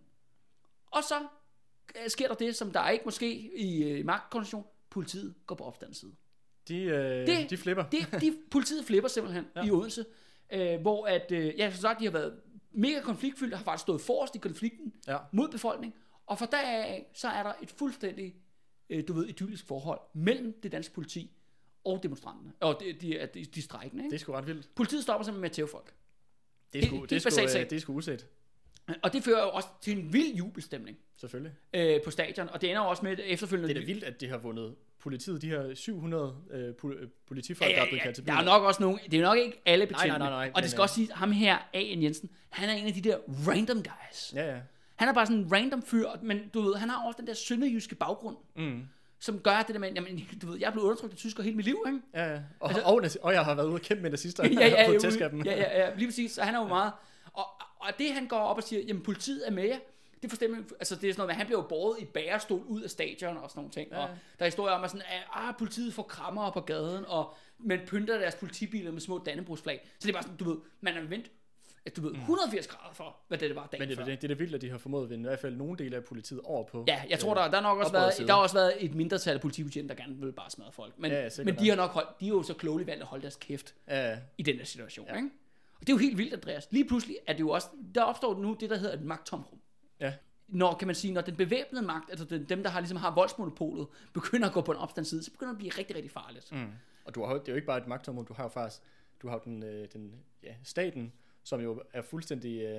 Og så sker der det, som der ikke måske i, i magtkonstitution. Politiet går på opstandens side. De, øh, det, de flipper. Det, de, politiet flipper simpelthen ja. i Odense. Øh, hvor at, øh, ja, som sagt, de har været mega konfliktfyldt, har faktisk stået forrest i konflikten Ja. mod befolkningen, og fra deraf, så er der et fuldstændig, øh, du ved, idyllisk forhold mellem det danske politi og demonstranterne, og de, de, de, de strejkende, ikke? Det er sgu ret vildt. Politiet stopper simpelthen med at tæve folk. Det er Helt- sgu, helt det er sgu, basalt øh, set. det er sgu uset. Og det fører jo også til en vild jubelstemning Selvfølgelig. øh, på stadion, og det ender jo også med et efterfølgende... Det er da vildt, at de har vundet politiet. De her syv hundrede øh, pol- øh, politifolk, Ja, der er ja, blevet ja. kaldt til Der er byen. nok også nogen, det er nok ikke alle betjente, nej, nej, nej, og det men, skal øh, også sige, ham her, A N Jensen, han er en af de der random guys. Ja, ja. Han er bare sådan en random fyr, men du ved, han har også den der sønderjyske baggrund, Mm. som gør det der med, jamen, du ved, jeg er blevet undertrykt af tysker hele mit liv, ikke? Ja, ja. Og, Altså- og, nazi- og jeg har været ude og kæmpe med nazister ja, ja, på ja, tæsk af dem. ja, ja, ja, lige præcis, så han er jo meget, og, og det han går op og siger, jamen politiet er med jer, det forstår altså det er sådan noget med, han bliver jo båret i bærestol ud af stadion og sådan nogle ting, Ja. og der er historier om, at, sådan, at ah, politiet får krammer på gaden, og man pynter deres politibiler med små dannebrogsflag, så det er bare sådan, du ved, man har vendt, at du ved, et hundrede og firs grader for, hvad det var dagen Men det, før. det, det er da vildt, at de har formået at vinde i hvert fald nogle dele af politiet over på. Ja, jeg tror, der, der har nok også oprørets været, side. der har også været et mindretal af politibetjente, der gerne vil bare smadre folk. Men, Ja, ja, sikkert men de nok. har nok holdt, de er jo så klogeligt valgt at holde deres kæft Ja, ja. i den der situation, Ja. ikke? Og det er jo helt vildt, Andreas. Lige pludselig er det jo også, der opstår nu det, der hedder et magttomrum. Ja. Når, kan man sige, når den bevæbnede magt, altså den, dem, der har, ligesom har voldsmonopolet, begynder at gå på en opstandsside, så begynder det at blive rigtig, rigtig farligt. Mm. Og du har, jo- det er jo ikke bare et magtområde, du har jo faktisk, du har jo den, øh, den ja, staten, som jo er fuldstændig, øh,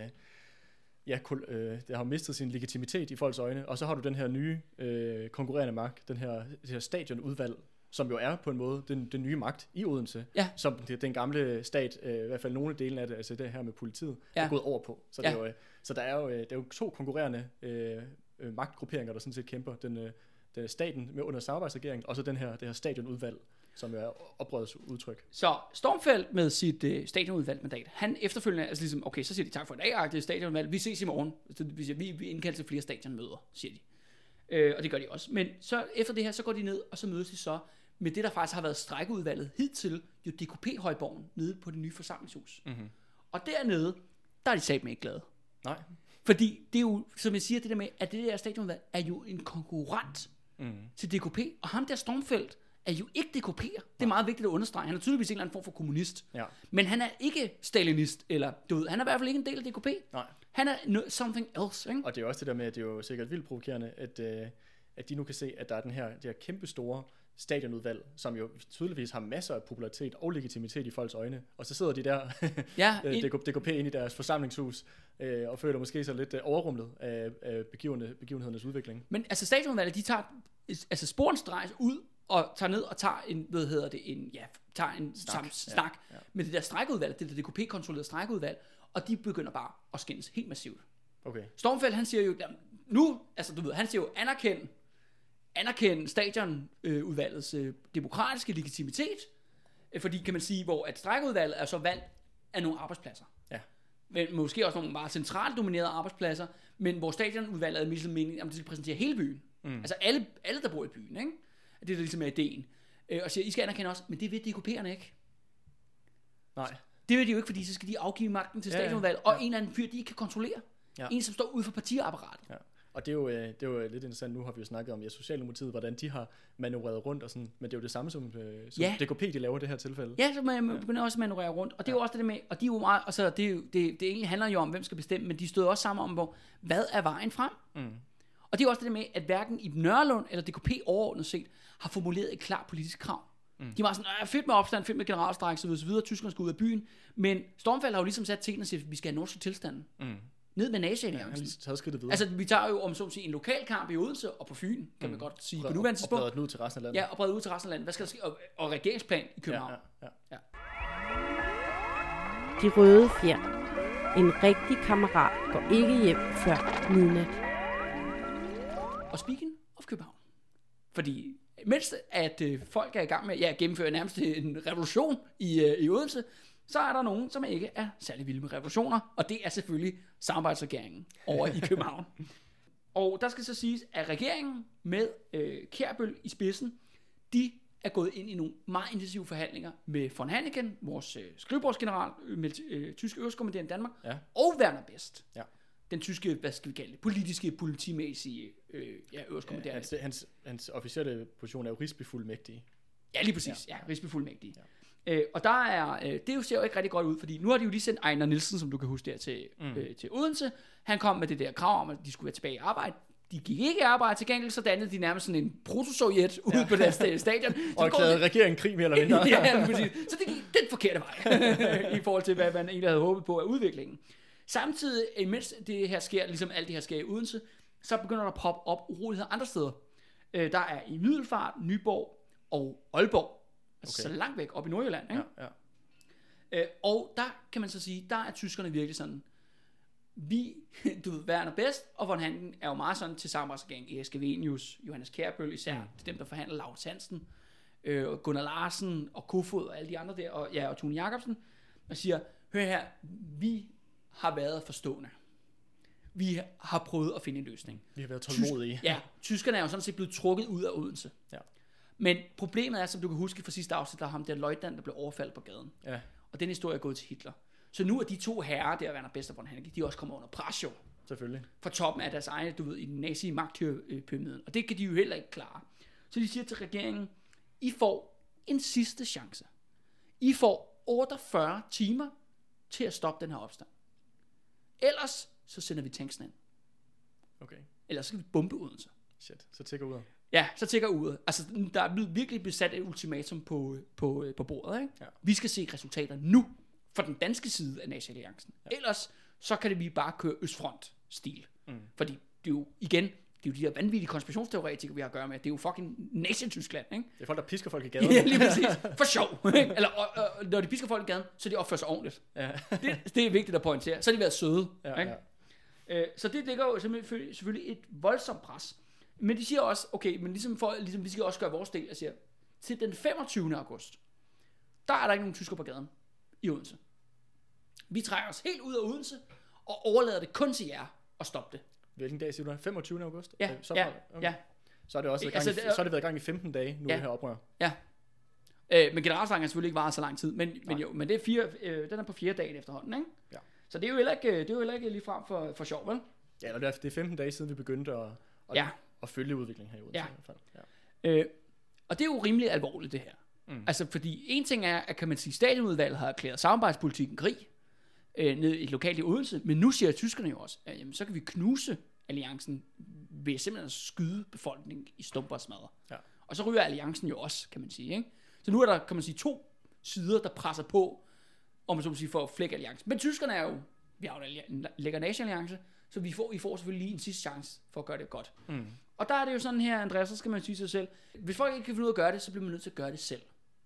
ja, kol, øh, det har mistet sin legitimitet i folks øjne, og så har du den her nye øh, konkurrerende magt, den her, det her stadionudvalg, som jo er på en måde den, den nye magt i Odense, Ja. som det, den gamle stat, øh, i hvert fald nogle af delene af det, altså det her med politiet, Ja. er gået over på. Så, Ja. det er jo, øh, så der er jo, øh, der er jo to konkurrerende øh, øh, magtgrupperinger, der sådan set kæmper. Den, øh, den er staten med under samarbejdsregeringen, og så den her, det her stadionudvalg, som jo er oprørets udtryk. Så Stormfeld med sit øh, stadionudvalgt mandat, han efterfølgende, altså ligesom, okay, så siger de tak for i dag, det stadionudvalg, vi ses i morgen. Så vi siger, vi, vi indkalder til flere stadionmøder, siger de. Øh, og det gør de også. Men så efter det her, så går de ned, og så mødes de så med det, der faktisk har været strækkeudvalget hidtil, jo D K P-højborgen, nede på det nye forsamlingshus. Mm-hmm. Og dernede, der er de satme ikke glade. Nej. Fordi det er jo, som jeg siger, det der med, at det der stadionudvalg er jo en konkurrent Mm. til D K P, og ham der Stormfeld er jo ikke D K P'er. Det er meget vigtigt at understrege. Han er tydeligvis en eller anden form for kommunist. Ja. Men han er ikke stalinist, eller du ved, han er i hvert fald ikke en del af D K P. Nej. Han er no- something else, ikke? Og det er jo også det der med, at det er jo sikkert vildt provokerende, at, øh, at de nu kan se, at der er den her, det her kæmpe store stadionudvalg, som jo tydeligvis har masser af popularitet og legitimitet i folks øjne. Og så sidder de der, Ja, øh, en- D K P inde i deres forsamlingshus, øh, og føler måske sig lidt øh, overrumlet af, af begivende, begivenhedernes udvikling. Men altså stadionudvalget, de tager altså sporenstrejs ud og tager ned og tager en, hvad hedder det, en, ja, tager en Snak. snak, Ja, snak ja. med det der strækkeudvalg, det der D K P-kontrollerede strækkeudvalg, og de begynder bare at skændes helt massivt. Okay. Stormfeld, han siger jo, jamen, nu, altså du ved, han siger jo, anerkend, anerkend stadionudvalgets øh, demokratiske legitimitet, øh, fordi kan man sige, hvor at strækkeudvalget er så valgt af nogle arbejdspladser. Ja. Men måske også nogle meget centralt dominerede arbejdspladser, men hvor stadionudvalget er ligesom meningen, at det skal præsentere hele byen. Mm. Altså alle, alle, der bor i byen, ikke? Det er ligesom er ideen. Øh, og siger, I skal anerkende os, men det vil D K P'erne ikke. Nej. Det vil de jo ikke, fordi så skal de afgive magten til Ja, ja. stadionudvalget, og en eller anden fyr, de ikke kan kontrollere. Ja. En, som står ude for partiapparatet. Ja. Og det er, jo, øh, det er jo lidt interessant, nu har vi jo snakket om ja, Socialdemokratiet, hvordan de har manøvreret rundt og sådan, men det er jo det samme som, øh, som Ja. D K P, de laver i det her tilfælde. Ja, så man ja. begynder også at manøvrere rundt. Og det er jo også det der med, og de er jo meget, altså det, er jo, det, det egentlig handler jo om, hvem skal bestemme, men de stod også sammen om, hvor, hvad er vejen frem? Mm. Og det er jo også det der med, at hverken i Nørlund eller D K P overordnet set har formuleret et klart politisk krav. Mm. De var sådan, øh, fedt med opstand, fedt med generalstræk, så videre, tyskerne skal ud af byen. Men Stormfeld har jo ligesom sat tingene og siger, at vi skal have norske tilstanden. Mm. Ned med Ja, nazien. han har lige taget skridtet videre. Altså, vi tager jo om så at sige en lokalkamp i Odense og på Fyn, kan man godt sige på nuværende og tidspunkt. breder den ud til resten af landet. Ja, og brede ud til resten af landet. Hvad skal der ske? Og, og regeringsplan i København. Ja, ja, ja. De røde fjer. En rigtig kammerat går ikke hjem før midnat. Og speaking of København. Fordi mens at øh, folk er i gang med ja, at gennemføre nærmest en revolution i, øh, i Odense, så er der nogen, som ikke er særlig vilde med revolutioner, og det er selvfølgelig samarbejdsregeringen over i København. Og der skal så siges, at regeringen med øh, Kjærbøl i spidsen, de er gået ind i nogle meget intensive forhandlinger med von Hanneken, vores øh, skrivebordsgeneral, øh, med, øh, tyske øverstkommanderende i Danmark, Ja. og Werner Best. Ja. Den tyske, hvad skal vi kalde det, politiske, politimæssige øh, ja, Ja, øverstkommanderende. hans, hans, hans officielle position er jo rigsbefuldmægtige. Ja, lige præcis. Ja, ja Rigsbefuldmægtige. Øh, og der er, øh, det ser jo ikke rigtig godt ud, fordi nu har de jo lige sendt Ejner Nielsen, som du kan huske der, til, mm. øh, til Odense. Han kom med det der krav om, at de skulle være tilbage i arbejde. De gik ikke i arbejde, til gengæld så dannede de nærmest sådan en proto-sovjet ude ja. på deres stadion. Og erklærede regeringen krig mere eller mindre. Ja, præcis. Så det gik den forkerte vej, i forhold til, hvad man egentlig havde håbet på af udviklingen. Samtidig, imens det her sker, ligesom alt det her sker i Odense, så begynder der at poppe op uroligheder andre steder. Øh, der er i Middelfart, Nyborg og Aalborg. Altså okay. Så langt væk, op i Nordjylland. Ikke? Ja, ja. Øh, og der kan man så sige, der er tyskerne virkelig sådan, vi, du ved, hvad er bedst, og von Handen er jo meget sådan til samarbejdsregeringen, Erik Scavenius, Johannes Kjærbøl især, mm. dem der forhandler, Laurits Hansen, øh, Gunnar Larsen og Kofod og alle de andre der, og, ja, og Tune Jacobsen, og siger, hør her, vi har været forstående. Vi har prøvet at finde en løsning. Vi har været tålmodige. Tysk, ja, tyskerne er jo sådan set blevet trukket ud af Odense. Ja. Men problemet er, som du kan huske fra sidste afsnit, der er ham der løjtnant, der blev overfaldet på gaden. Ja. Og den historie er gået til Hitler. Så nu er de to herrer, der Werner Best og von Hanneke, de er også kommet under pres jo. Selvfølgelig. Fra toppen af deres egne, du ved, i den nazi-magtpyramiden. Og det kan de jo heller ikke klare. Så de siger til regeringen, I får en sidste chance. I får otteogfyrre timer til at stoppe den her opstand. Ellers så sender vi tanksene ind. Okay. Ellers så skal vi bombe Odense. Shit, så tækker uret. Ja, så tækker uret. Altså, der er blevet virkelig besat et ultimatum på, på, på bordet, ikke? Ja. Vi skal se resultater nu fra den danske side af Nazi-alliancen. Ja. Ellers så kan det vi bare køre Østfront-stil. Mm. Fordi det er jo, igen, det er jo de der vanvittige konspirationsteoretikere, vi har at gøre med. Det er jo fucking Nazi-Tyskland, ikke? Det er folk, der pisker folk i gaden. Ja, lige præcis. For sjov. Eller og, og, når de pisker folk i gaden, så de opfører sig ordentligt. Ja. det, det er vigtigt at pointere. Så har de været søde. Ja, ikke? Ja. Øh, så det ligger jo selvfølgelig, selvfølgelig et voldsomt pres. Men de siger også, okay, men ligesom, for, ligesom vi skal også gøre vores del, jeg siger, til den femogtyvende august, der er der ikke nogen tysker på gaden i Odense. Vi trækker os helt ud af Odense, og overlader det kun til jer at stoppe det. Hvilken dag siger du? femogtyvende august? Ja, så, ja, okay. ja. Så er det også altså, gang i, det er, så er det været i gang i femten dage nu, ja. her oprør. Ja. Øh, men generalforsamlingen har selvfølgelig ikke varet så lang tid, men, men jo, men det er fire, øh, den er på fjerde dagen efterhånden, ikke? Ja. Så det er jo heller ikke, det er jo heller ikke ligefrem for, for sjov, vel? Ja, eller det er femten dage siden, vi begyndte at, at, ja. at følge udviklingen her i Odense. Ja. I hvert fald. Ja. Øh, og det er jo rimelig alvorligt, det her. Mm. Altså, fordi en ting er, at kan man sige, stadionudvalget har erklæret samarbejdspolitikken krig, øh, ned i lokalt i Odense, men nu siger tyskerne jo også, at jamen, så kan vi knuse alliancen ved simpelthen at skyde befolkningen i stumper og smadre. Ja. Og så ryger alliancen jo også, kan man sige. Ikke? Så nu er der, kan man sige, to sider, der presser på, om man så må sige, for at flække alliancen. Men tyskerne er jo, vi har jo en lækker nazi-alliance, så vi får, I får selvfølgelig lige en sidste chance for at gøre det godt. Mm. Og der er det jo sådan her, Andreas, så skal man sige sig selv, hvis folk ikke kan finde ud af at gøre det, så bliver man nødt til at gøre det selv.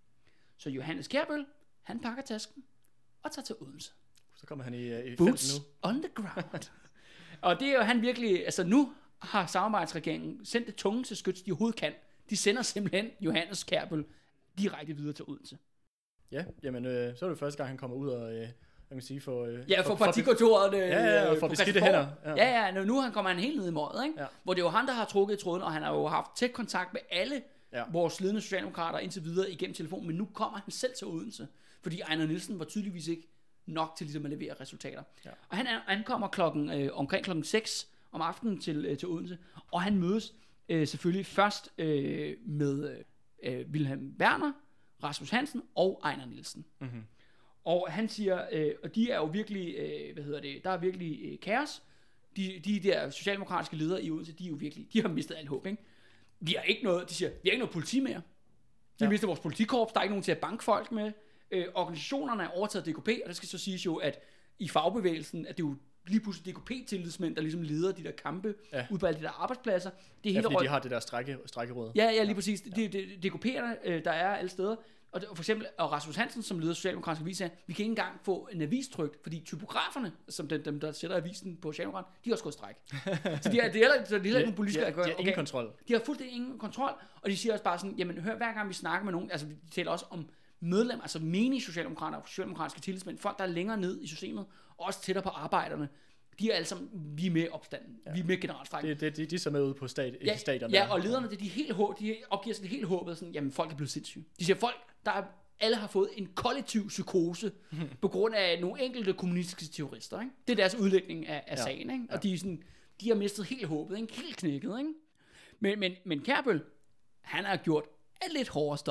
Så Johannes Kjærbøl, han pakker tasken og tager til Odense. Så kommer han i, i Boots felten nu. on the ground. Og det er jo han virkelig, altså nu har samarbejdsregeringen sendt det tungeste skyts, de overhovedet kan. De sender simpelthen Johannes Kjærbøl direkte videre til Odense. Ja, jamen øh, så er det første gang, han kommer ud og, øh, jeg kan sige, for... Øh, ja, for, for partikontoret. Øh, ja, ja, og for beskidte hænder. Ja, ja, ja nu, nu han kommer han helt ned i måret, ikke? Ja. Hvor det er jo han, der har trukket i tråden, og han har jo haft tæt kontakt med alle ja. vores ledende socialdemokrater indtil videre igennem telefon, men nu kommer han selv til Odense, fordi Ejner Nielsen var tydeligvis ikke nok til ligesom at levere resultater. Ja. Og han ankommer klokken, øh, omkring klokken seks om aftenen til, øh, til Odense, og han mødes øh, selvfølgelig først øh, med øh, Wilhelm Werner, Rasmus Hansen og Ejner Nielsen. Mm-hmm. Og han siger, øh, og de er jo virkelig, øh, hvad hedder det, der er virkelig øh, kaos. De, de der socialdemokratiske ledere i Odense, de er jo virkelig, de har mistet alt håb, ikke? Vi har ikke noget, de siger, vi har ikke noget politi mere. Vi har mistet vores politikorps, der er ikke nogen til at banke folk med. Øh, organisationerne er overtaget D K P, og det skal så siges jo, at i fagbevægelsen, at det er jo lige pludselig D K P-tillidsmænd, der ligesom leder de der kampe ja. ud på alle de der arbejdspladser. Det er ja, hele fordi rød... de har det der strække, strækkeråd. Ja, ja, lige præcis. Ja. Det, det, D K P'erne, øh, der er alle steder. Og for eksempel, og Rasmus Hansen, som leder Socialdemokratiske Avis, vi kan ikke engang få en avis trykt, fordi typograferne, som dem, dem der sætter avisen på Socialdemokraten, de har også gået stræk. Så de er, det er heller, det er heller ikke nogen politikere, der gør. De har ingen kontrol. De har fuldstændig ingen kontrol, og de siger også bare sådan, jamen hør, hver gang vi snakker med nogen, altså vi taler også om medlemmer, altså menige socialdemokrater og socialdemokratiske tillidsmænd, folk der er længere ned i systemet, og også tættere på arbejderne, de er alle sammen, vi er med i opstanden, ja. vi er med i generalstrækken. Det, det, de, de er så med ude på stat, ja, stadion. Ja, og lederne, det er de helt håb, de opgiver sig det helt håbet, sådan, jamen folk er blevet sindssyge. De siger, folk, der er, alle har fået en kollektiv psykose, på grund af nogle enkelte kommunistiske terrorister, ikke? Det er deres udlægning af, af ja. sagen, ikke? Og ja. de, er sådan, de har mistet helt håbet, ikke? Helt knækket, ikke? Men, men, men Kjærbøl, han har gjort et lidt hårdere stof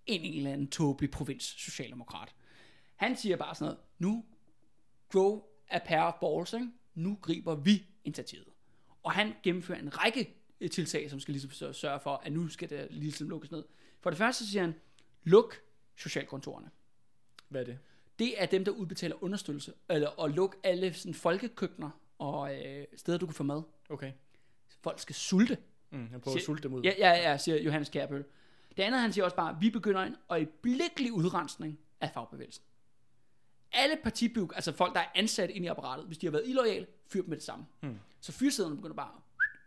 en eller anden tåbelig provins socialdemokrat. Han siger bare sådan noget, nu grow a pair of balls, ikke? Nu griber vi initiativet. Og han gennemfører en række tiltag, som skal ligesom sørge for, at nu skal det ligesom lukkes ned. For det første så siger han, luk socialkontorerne. Hvad er det? Det er dem, der udbetaler understøttelse, eller og luk alle sådan folkekøkkener og øh, steder, du kan få mad. Okay. Folk skal sulte. Mm, han prøver at sulte dem ud. Ja, ja, ja, siger Johannes Kjærbøl. Det andet, han siger også bare, vi begynder en øjeblikkelig udrensning af fagbevægelsen. Alle partibyg, altså folk, der er ansat ind i apparatet, hvis de har været illoyale, fyr dem med det samme. Mm. Så fyrsæderne begynder bare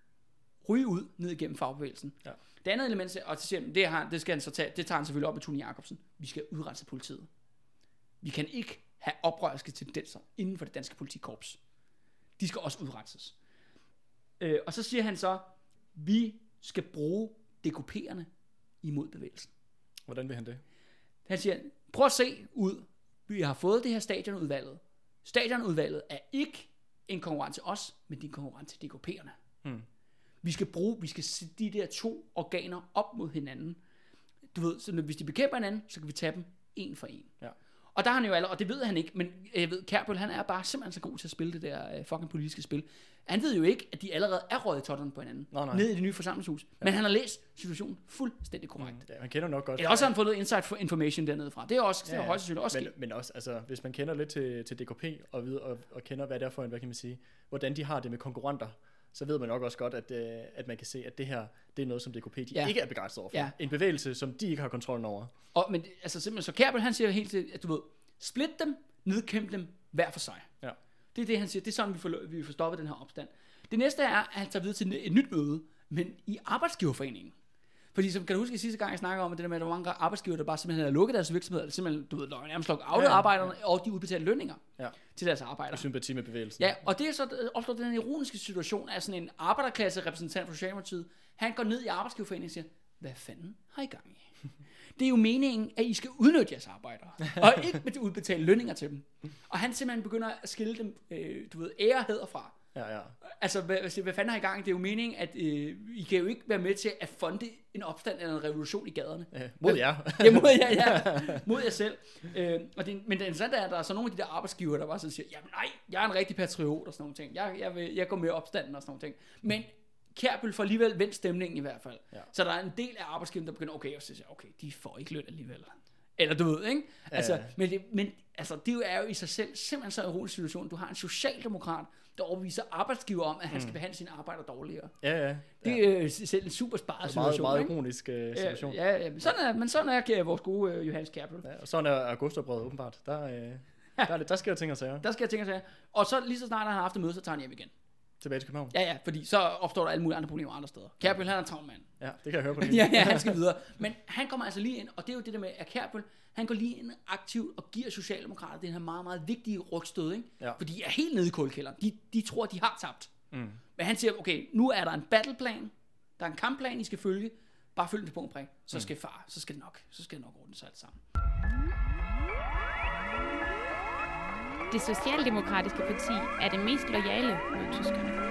at ryge ud ned igennem fagbevægelsen. Ja. Det andet element, og så siger han, det, har, det skal han så tage, det tager han selvfølgelig op med Tony Jacobsen. Vi skal udrense politiet. Vi kan ikke have oprørske tendenser inden for det danske politikorps. De skal også udrenses. Øh, og så siger han så, vi skal bruge D K P'erne imod bevægelsen. Hvordan vil han det? Han siger, prøv at se ud. Vi har fået det her stadionudvalget. Stadionudvalget er ikke en konkurrent til os, men det er en konkurrent til D K P'erne. Hmm. Vi skal bruge, vi skal sætte de der to organer op mod hinanden. Du ved, så hvis de bekæmper hinanden, så kan vi tage dem en for en. Ja. Og der har han jo allerede, og det ved han ikke, men jeg ved, Kjærbøl, han er bare simpelthen så god til at spille det der uh, fucking politiske spil. Han ved jo ikke, at de allerede er røget i totterne på hinanden, nå, ned i det nye forsamlingshus. Ja. Men han har læst situationen fuldstændig korrekt. Mm, ja, han kender nok godt. Eller også har han fået noget inside information dernede fra. Det er også, ja, det er højst sandsynligt også men, men også, altså, hvis man kender lidt til, til D K P, og, ved, og, og kender, hvad det er for en, hvad kan man sige, hvordan de har det med konkurrenter, så ved man nok også godt, at, øh, at man kan se, at det her, det er noget, som D K P de ja. ikke er begejstret overfor. Ja. En bevægelse, som de ikke har kontrollen over. Og, men altså simpelthen, så Kjærbøl, han siger helt til, at du ved, split dem, nedkæmpe dem hver for sig. Ja. Det er det, han siger. Det er sådan, vi får, vi får stoppet den her opstand. Det næste er, at han tager videre til et nyt møde, men i Arbejdsgiverforeningen. Fordi som kan du huske, at sidste gang jeg snakker om, at det der med, at der var mange arbejdsgiver, der bare simpelthen havde lukket deres virksomhed, eller simpelthen, du ved, nærmest lukket af ja, arbejderne, ja. og de udbetalte lønninger ja. til deres arbejdere. Og sympati med bevægelsen. Ja, og det er så opstået den ironiske situation, at sådan en arbejderklasse repræsentant for Socialdemokratiet, han går ned i Arbejdsgiverforeningen og siger, hvad fanden har I gang i? Det er jo meningen, at I skal udnytte jeres arbejdere, og ikke udbetale lønninger til dem. Og han simpelthen begynder at skille dem, øh, du ved, ære og hæder fra. Ja, ja. Altså, hvad, hvad fanden har I gang i? Det er jo meningen, at øh, I kan jo ikke være med til at fonde en opstand eller en revolution i gaderne. Ja, mod jer. ja, mod jer, ja. Mod jer selv. Øh, og det, men det interessante er, at der er så nogle af de der arbejdsgiver, der bare sådan siger, jamen nej, jeg er en rigtig patriot og sådan nogle ting. Jeg, jeg, vil, jeg går med i opstanden og sådan nogle ting. Men Kjærbøl får alligevel vendt stemningen i hvert fald. Ja. Så der er en del af arbejdsgiverne, der begynder, okay, og så siger, okay, de får ikke løn alligevel. Eller du ved, ikke? Altså, ja. men, det, men altså, det er jo i sig selv simpelthen så en ironisk situation. Du har en socialdemokrat, der overbeviser arbejdsgiver om, at han mm. skal behandle sine arbejdere dårligere. Ja, ja. Det er jo selv en super sparet situation. Meget, meget ironisk uh, situation. Ja, ja, ja. Men sådan er, men sådan er vores gode uh, Johannes Kjærbøl. Ja, og sådan er augustoprøret åbenbart. Der, uh, der, der, der sker ting og sager. Der sker ting og sager. Og så lige så snart han har haft et møde, så tager han hjem igen. Tilbage til København. Ja, ja, fordi så opstår der alle mulige andre problemer andre steder. Kjærbøl, han er en travl mand. Ja, det kan jeg høre på det. ja, ja, han skal videre. Men han kommer altså lige ind, og det er jo det der med, at Kjærbøl, han går lige ind aktivt og giver Socialdemokrater den her meget, meget vigtige rygstød, ikke? Ja. For de er helt nede i kulkælderen. De, de tror, de har tabt. Mm. Men han siger, okay, nu er der en battleplan, der er en kampplan, I skal følge. Bare følg den til punkt og prik. Så mm. skal far, så skal det nok, så skal det nok ordne sig alt sammen. Det socialdemokratiske parti er det mest loyale mod tyskerne.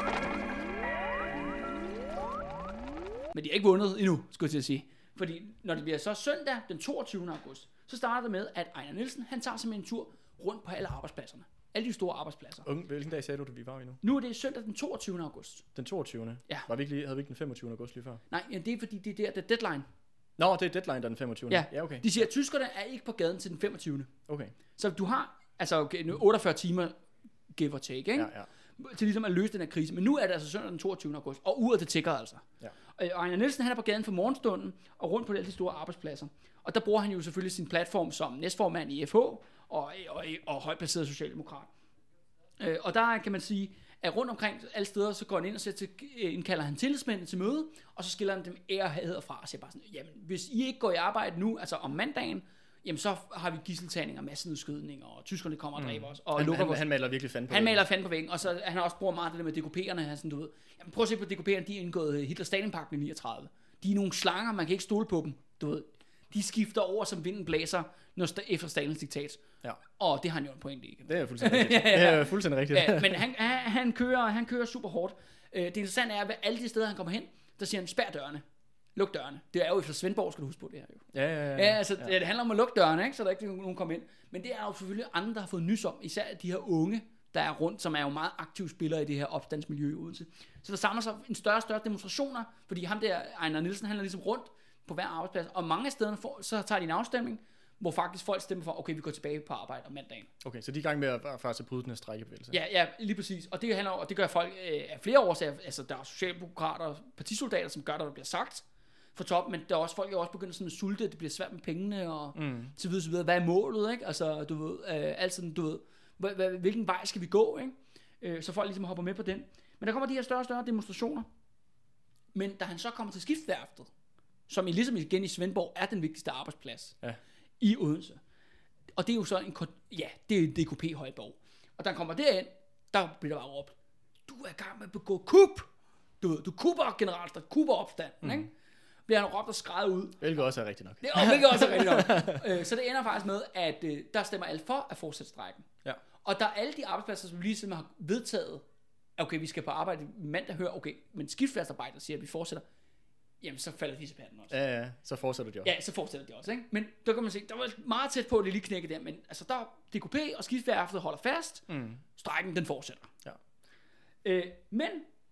Men de er ikke vundet endnu, skulle jeg til at sige. Fordi når det bliver så søndag den toogtyvende august, så starter det med, at Ejner Nielsen, han tager simpelthen en tur rundt på alle arbejdspladserne. Alle de store arbejdspladser. Og hvilken dag sagde du, at vi var i nu? Nu er det søndag den toogtyvende august. Den toogtyvende? Ja. Var vi ikke lige, havde vi ikke den femogtyvende august lige før? Nej, ja, det er fordi, det er der, det er deadline. Nå, det er deadline, der er den femogtyvende Ja, ja okay. De siger, at tyskerne er ikke på gaden til den femogtyvende Okay. Så du har, altså okay, otteogfyrre timer, give or take, ikke? Ja, ja. Til ligesom at løse den her krise. Men nu er det altså søndag den toogtyvende august, og uret det tikker altså. Ja. Og Ejner Nielsen, han er på gaden for morgenstunden, og rundt på alle de store arbejdspladser. Og der bruger han jo selvfølgelig sin platform som næstformand i F H, og, og, og højtplaceret socialdemokrat. Øh, og der kan man sige, at rundt omkring alle steder, så går han ind og sætter, indkalder han tillidsmændene til møde, og så skiller han dem ære hæder fra, og siger bare sådan, jamen, hvis I ikke går i arbejde nu, altså om mandagen, jamen så har vi gisseltagninger, massenudskydninger, og tyskerne kommer og dræber os. Og han, lukker han, vores... han maler virkelig fanden på Han væggen. maler fanden på væggen, og så han har også brugt meget det der med D K P'erne, han sådan, du ved, jamen prøv at se på D K P'erne, de er indgået Hitler-Stalin-pagten i niogtredive. De er nogle slanger, man kan ikke stole på dem, du ved. De skifter over, som vinden blæser, når efter Stalins diktat. Ja. Og det har han jo en pointe i. Det er fuldstændig rigtigt. ja, ja. Det er fuldstændig rigtigt. ja, men han, han, han, kører, han kører super hårdt. Det interessante er, at ved alle de steder, han kommer hen, der siger han, spær dørene. luk dørene. Det er jo efter Svendborg, skal du huske på det her jo. Ja, ja, ja. Ja, altså ja. ja. det handler om at lukke dørene, ikke? Så der ikke nogen kommer ind. Men det er jo selvfølgelig andre, der har fået nys om, især de her unge, der er rundt, som er jo meget aktive spillere i det her opstandsmiljø i Odense. Så der samler sig en større og større demonstrationer, fordi ham der, Ejner Nielsen, han er ligesom rundt på hver arbejdsplads, og mange af stederne får, så tager de en afstemning, hvor faktisk folk stemmer for, okay, vi går tilbage på arbejde om mandagen. Okay, så de er i gang med at faktisk at bryde den her strejkebevægelse. Ja, ja, lige præcis. Og det handler og det gør folk øh, af flere årsager. Altså, der er socialdemokrater, partisoldater, som gør, der bliver sagt fra top, men der er også folk, der også begynder sådan at sulte, det bliver svært med pengene og mm. så videre, så videre. Hvad er målet, ikke? Altså, du ved, øh, alt sådan, du ved, hvilken vej skal vi gå, ikke? Øh, så folk ligesom hopper med på den. Men der kommer de her større og større demonstrationer. Men da han så kommer til skibsværftet, som ligesom igen i Svendborg er den vigtigste arbejdsplads ja. i Odense. Og det er jo så en, ja, det er D K P Højborg. Og da han kommer derind, der bliver der bare råbt, du er i gang med at begå kup. Du ved, du kupper generalstad, kupper opstanden, mm. ikke? Bliver han råbt og skrevet ud. Hvilket også er rigtigt nok. Det, og hvilket også er rigtigt nok. Så det ender faktisk med, at øh, der stemmer alle for at fortsætte strejken. Ja. Og der er alle de arbejdspladser, som lige har vedtaget, okay, vi skal på arbejde mandag, hører, okay, men skibsværftsarbejder siger, at vi fortsætter. Jamen, så falder de tilbage også. Ja, ja, så fortsætter de også. Ja, så fortsætter de også, ikke? Men der kan man se, der var meget tæt på, at det lige knækkede der, men altså, der D K P og skibsværftet holder fast, mm. strejken, den fortsætter. Ja. Øh, men,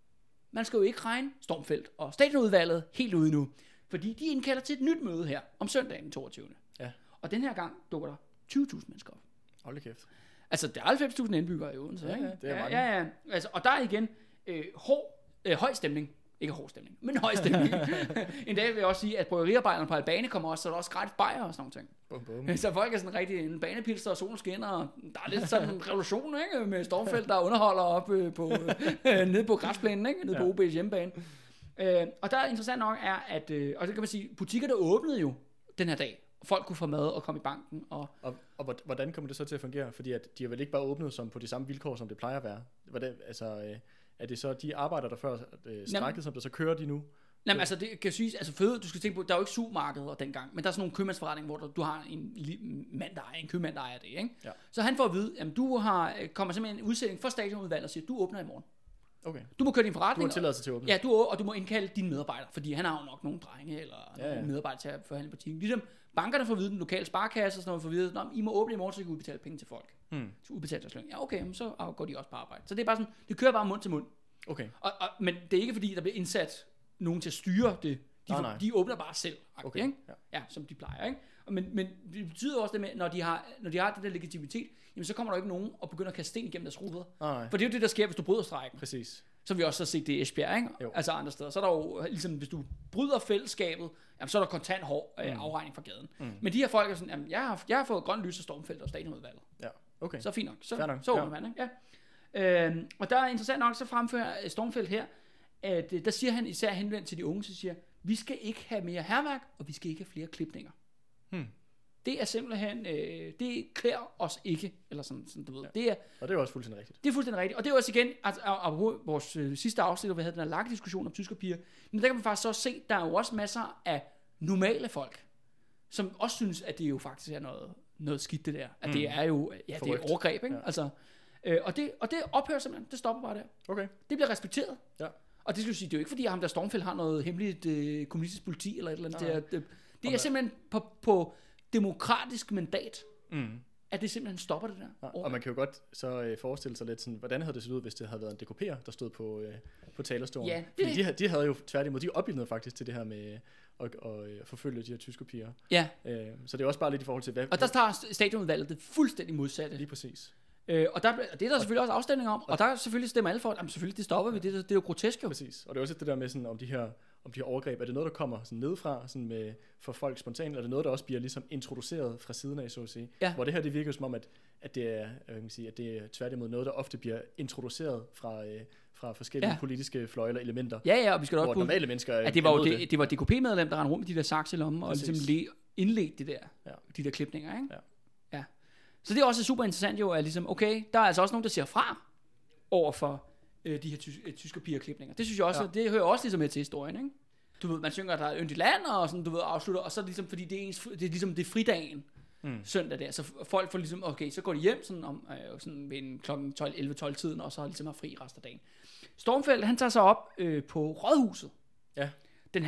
man skal jo ikke regne Stormfelt og stadionudvalget helt ude nu, fordi de indkalder til et nyt møde her, om søndagen den toogtyvende Ja. Og den her gang dukker der tyve tusind mennesker op. Hold da kæft. Altså, der er halvfems tusind indbyggere i Odense, ja, ikke? Ja, det er mange. Ja, ja, ja. Altså, og der er igen øh, hård, øh, høj stemning. Ikke hård stemning, men høj stemning. En dag vil jeg også sige, at bryggeriarbejderne på Albane kommer også, så der er også gratis bajer og sådan nogle ting. Bum, bum. Så folk er sådan rigtig en banepilster, og solen skinner, og der er lidt sådan en revolution, ikke? Med Stormfelt, der underholder op øh, på, øh, nede på græsplænen, ikke? Nede ja. på O B's hjemmebane. Øh, og der er interessant nok er, at, øh, og det kan man sige, butikker der åbnede jo den her dag. Folk kunne få mad og komme i banken. Og, og, og hvordan kommer det så til at fungere? Fordi at de er vel ikke bare åbnet som på de samme vilkår, som det plejer at være. Hvordan, altså, øh, er det så de arbejder, der før øh, strækket, som der så kører de nu? Jamen altså, det kan siges, altså føde, du skal tænke på, der er jo ikke supermarkeder dengang, men der er sådan nogle købmandsforretninger, hvor der, du har en mand, der ejer, en købmand, der ejer det, ikke? Ja. Så han får at vide, jamen du har, kommer simpelthen en udsætning for stadionudvalget og siger, du åbner i morgen. Okay. Du må køre din forretning. Du har tilladelse til at åbne. Ja, du, og du må indkalde dine medarbejdere, fordi han har jo nok nogle drenge eller ja, ja. nogle medarbejdere til at forhandle butikken. Ligesom bankerne får at vide, den lokale sparekasse, så når man får at vide, at I må åbne i morgen, så I kan udbetale penge til folk. Hmm. Så udbetale deres løn. Ja, okay, så går de også på arbejde. Så det er bare sådan, det kører bare mund til mund. Okay. Og, og, men det er ikke fordi, der bliver indsat nogen til at styre det. De, nej, nej. de åbner bare selv. Okay. Ikke? Ja. ja, som de plejer. Ikke? Men, men det betyder også det med, når de har, når de har det der legitimitet, jamen så kommer der ikke nogen og begynder at kaste sten igennem deres ruder. Nej. For det er jo det, der sker, hvis du bryder strejken. Præcis. Så vi også har set det i Esbjerg, ikke? Jo. Altså andre steder. Så er der jo, ligesom hvis du bryder fællesskabet, jamen, så er der kontant hård øh, afregning fra gaden. Mm. Men de her folk er sådan, jamen, jeg har, jeg har fået grønt lys og Stormfelt og stadionudvalget. Ja, okay. Så fint nok. Så, nok. så åbner ja. man, ikke? Ja. Øhm, og der er interessant nok, så fremfører Stormfelt her, at der siger han især henvendt til de unge, så siger, vi skal ikke have mere hærværk, og vi skal ikke have flere klipninger. Hmm. Det er simpelthen, øh, det klæder os ikke, eller sådan, sådan du ved. Ja. Det er, og det er også fuldstændig rigtigt. Det er fuldstændig rigtigt. Og det er også igen, altså, apropos vores øh, sidste afsnit, hvor vi havde den her lakkediskussion om tyskerpiger, men der kan man faktisk så se, der er jo også masser af normale folk, som også synes, at det jo faktisk er noget, noget skidt det der. At mm. det er jo, ja, det er overgreb, ikke? Ja. Altså, øh, og, det, og det ophører simpelthen, det stopper bare der. Okay. Det bliver respekteret. Ja. Og det skal du sige, det er jo ikke fordi, at ham der Stormfelt har noget hemmeligt øh, kommunistisk politi, eller et eller andet. Det er, det, det er simpelthen på, på demokratisk mandat, mm. at det simpelthen stopper det der. Ja, og man kan jo godt så øh, forestille sig lidt sådan, hvordan havde det set ud, hvis det havde været en D K P'er, der stod på, øh, på talerstolen. Ja, det... Fordi de, de havde jo tværtimod, de opildnede faktisk til det her med at, at, at forfølge de her tyske piger. Ja. Øh, så det er også bare lidt i forhold til, hvad... Og der tager stadionudvalget det fuldstændig modsatte. Lige præcis. Øh, og der, det er der selvfølgelig også afstemning om, og, og der selvfølgelig stemmer alle for, at jamen, selvfølgelig det stopper vi, det, det er jo grotesk jo. Præcis, og det er også det der med sådan, om de her om de her overgreb, er det noget, der kommer sådan nedefra sådan med, for folk spontant, eller er det noget, der også bliver ligesom introduceret fra siden af, så at sige? Ja. Hvor det her, det virker som om, at, at, det er, jeg kan sige, at det er tværtimod noget, der ofte bliver introduceret fra, øh, fra forskellige ja. politiske fløje eller elementer. Ja, ja, og vi skal hvor også normale mennesker ja, det var jo det, det. det var D K P-medlem, der rendte rundt med de der sakse lomme, og ligesom indledte det der, ja. de der klipninger, ikke? Ja. Ja. Så det er også super interessant jo, at ligesom, okay, der er altså også nogen, der siger fra over for øh, de her ty- tyske pigerklipninger. Det synes jeg også, ja. det hører også ligesom med til historien, ikke? Du ved, man synger, at der er yndigt land, og sådan, du ved, afslutter, og så er det ligesom, fordi det er, ens, det er ligesom, det er fridagen, mm. søndag der, så folk får ligesom, okay, så går de hjem sådan om, øh, sådan ved en klokken tolv, elleve tolv tiden, og så har ligesom har fri resten af dagen. Stormfelt, han tager sig op øh, på Rådhuset, ja. den her gang,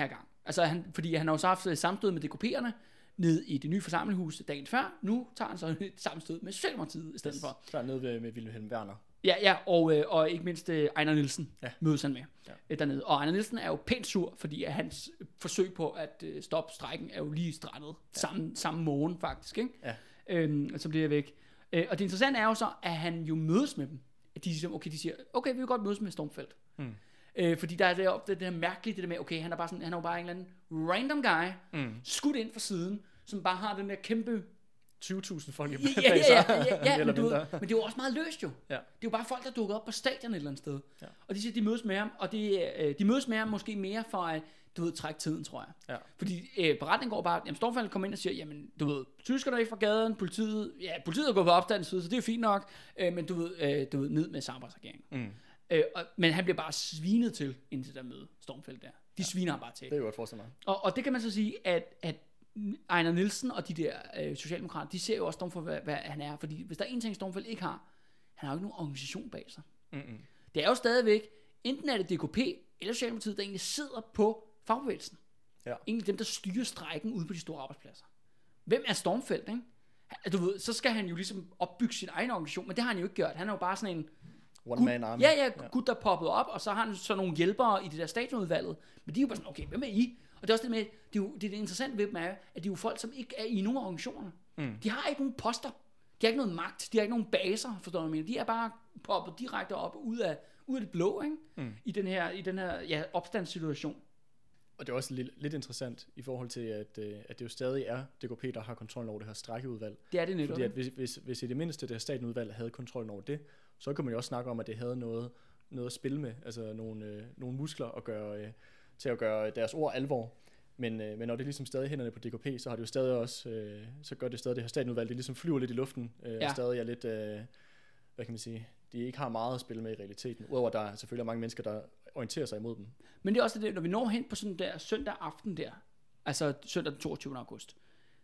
Altså, han, fordi han har jo så haft sammenstød med D K P'erne ned i det nye forsamlingshus dagen før. Nu tager han så et sammenstød med Socialdemokratiet i stedet for. Så er nede ved, med Wilhelm Werner. Ja, ja, og, øh, og ikke mindst øh, Ejner Nielsen ja. mødes han med ja. øh, dernede. Og Ejner Nielsen er jo pænt sur, fordi at hans forsøg på at øh, stoppe strejken er jo lige strandet. Ja. Samme, samme morgen faktisk, ikke? Ja. Øhm, så bliver jeg væk. Øh, og det interessante er jo så, at han jo mødes med dem. At de siger, okay, de siger, okay, vi vil godt mødes med Stormfelt. Hmm. Øh, fordi der er det, det, det der mærkelige, det der med, okay, han er bare sådan, han er jo bare en eller anden random guy, hmm. skudt ind fra siden, som bare har den der kæmpe tyve tusind folk i ja, ja, ja, ja, ja men, du, men det er jo også meget løst jo. Ja. Det er jo bare folk, der dukker op på stadion et eller andet sted. Ja. Og de siger, de mødes med ham, og de, de mødes med ham måske mere for at, du ved, trække tiden, tror jeg. Ja. Fordi øh, beretningen går bare, jamen Stormfelt kommer ind og siger, jamen, du ved, tyskerne er ikke fra gaden, politiet, ja, politiet er gået på opstandens side, så det er jo fint nok, øh, men du ved, øh, du ved, ned med samarbejdsregeringen. Mm. Øh, og, men han bliver bare svinet til, indtil der møde Stormfelt der. De ja. sviner ham bare til. Det er jo et forstående. Og, og det kan man så sige, at, at Ejner Nielsen og de der øh, socialdemokrater, de ser jo også Stormfelt, hvad, hvad han er. Fordi hvis der er en ting, Stormfelt ikke har, han har jo ikke nogen organisation bag sig. Mm-mm. Det er jo stadigvæk, enten er det D K P eller Socialdemokratiet, der egentlig sidder på fagbevægelsen. Ja. Egentlig dem, der styrer strejken ude på de store arbejdspladser. Hvem er Stormfelt, ikke? Du ved, så skal han jo ligesom opbygge sin egen organisation, men det har han jo ikke gjort. Han er jo bare sådan en One man army. Ja, ja, ja. Gud, der poppet op, og så har han så nogle hjælpere i det der stadionudvalget. Men de er jo bare sådan, okay, hvem er I? Og det er også det med, det, er jo, det, er det interessante ved dem er, at de er jo folk, som ikke er i nogen organisationer. Mm. De har ikke nogen poster. De har ikke noget magt. De har ikke nogen baser, forstår du mig. De er bare poppet direkte op ud af, ud af det blå, ikke? Mm. I den her, i den her ja, opstandssituation. Og det er også lidt, lidt interessant i forhold til, at, at det jo stadig er D K P, der har kontrollen over det her strækkeudvalg. Det er det netop. Fordi at hvis, hvis, hvis i det mindste det her statenudvalg havde kontrollen over det, så kan man jo også snakke om, at det havde noget, noget at spille med, altså nogle, øh, nogle muskler at gøre, øh, til at gøre deres ord alvor. Men, øh, men når det er ligesom stadig hænderne på D K P, så har det jo stadig også, øh, så gør det stadig det her statenudvalg, det ligesom flyver lidt i luften, øh, ja. og stadig er lidt, øh, hvad kan man sige, de ikke har meget at spille med i realiteten, udover at der selvfølgelig er mange mennesker, der orienterer sig imod dem. Men det er også det, når vi når hen på sådan der søndag aften der, altså søndag den toogtyvende august,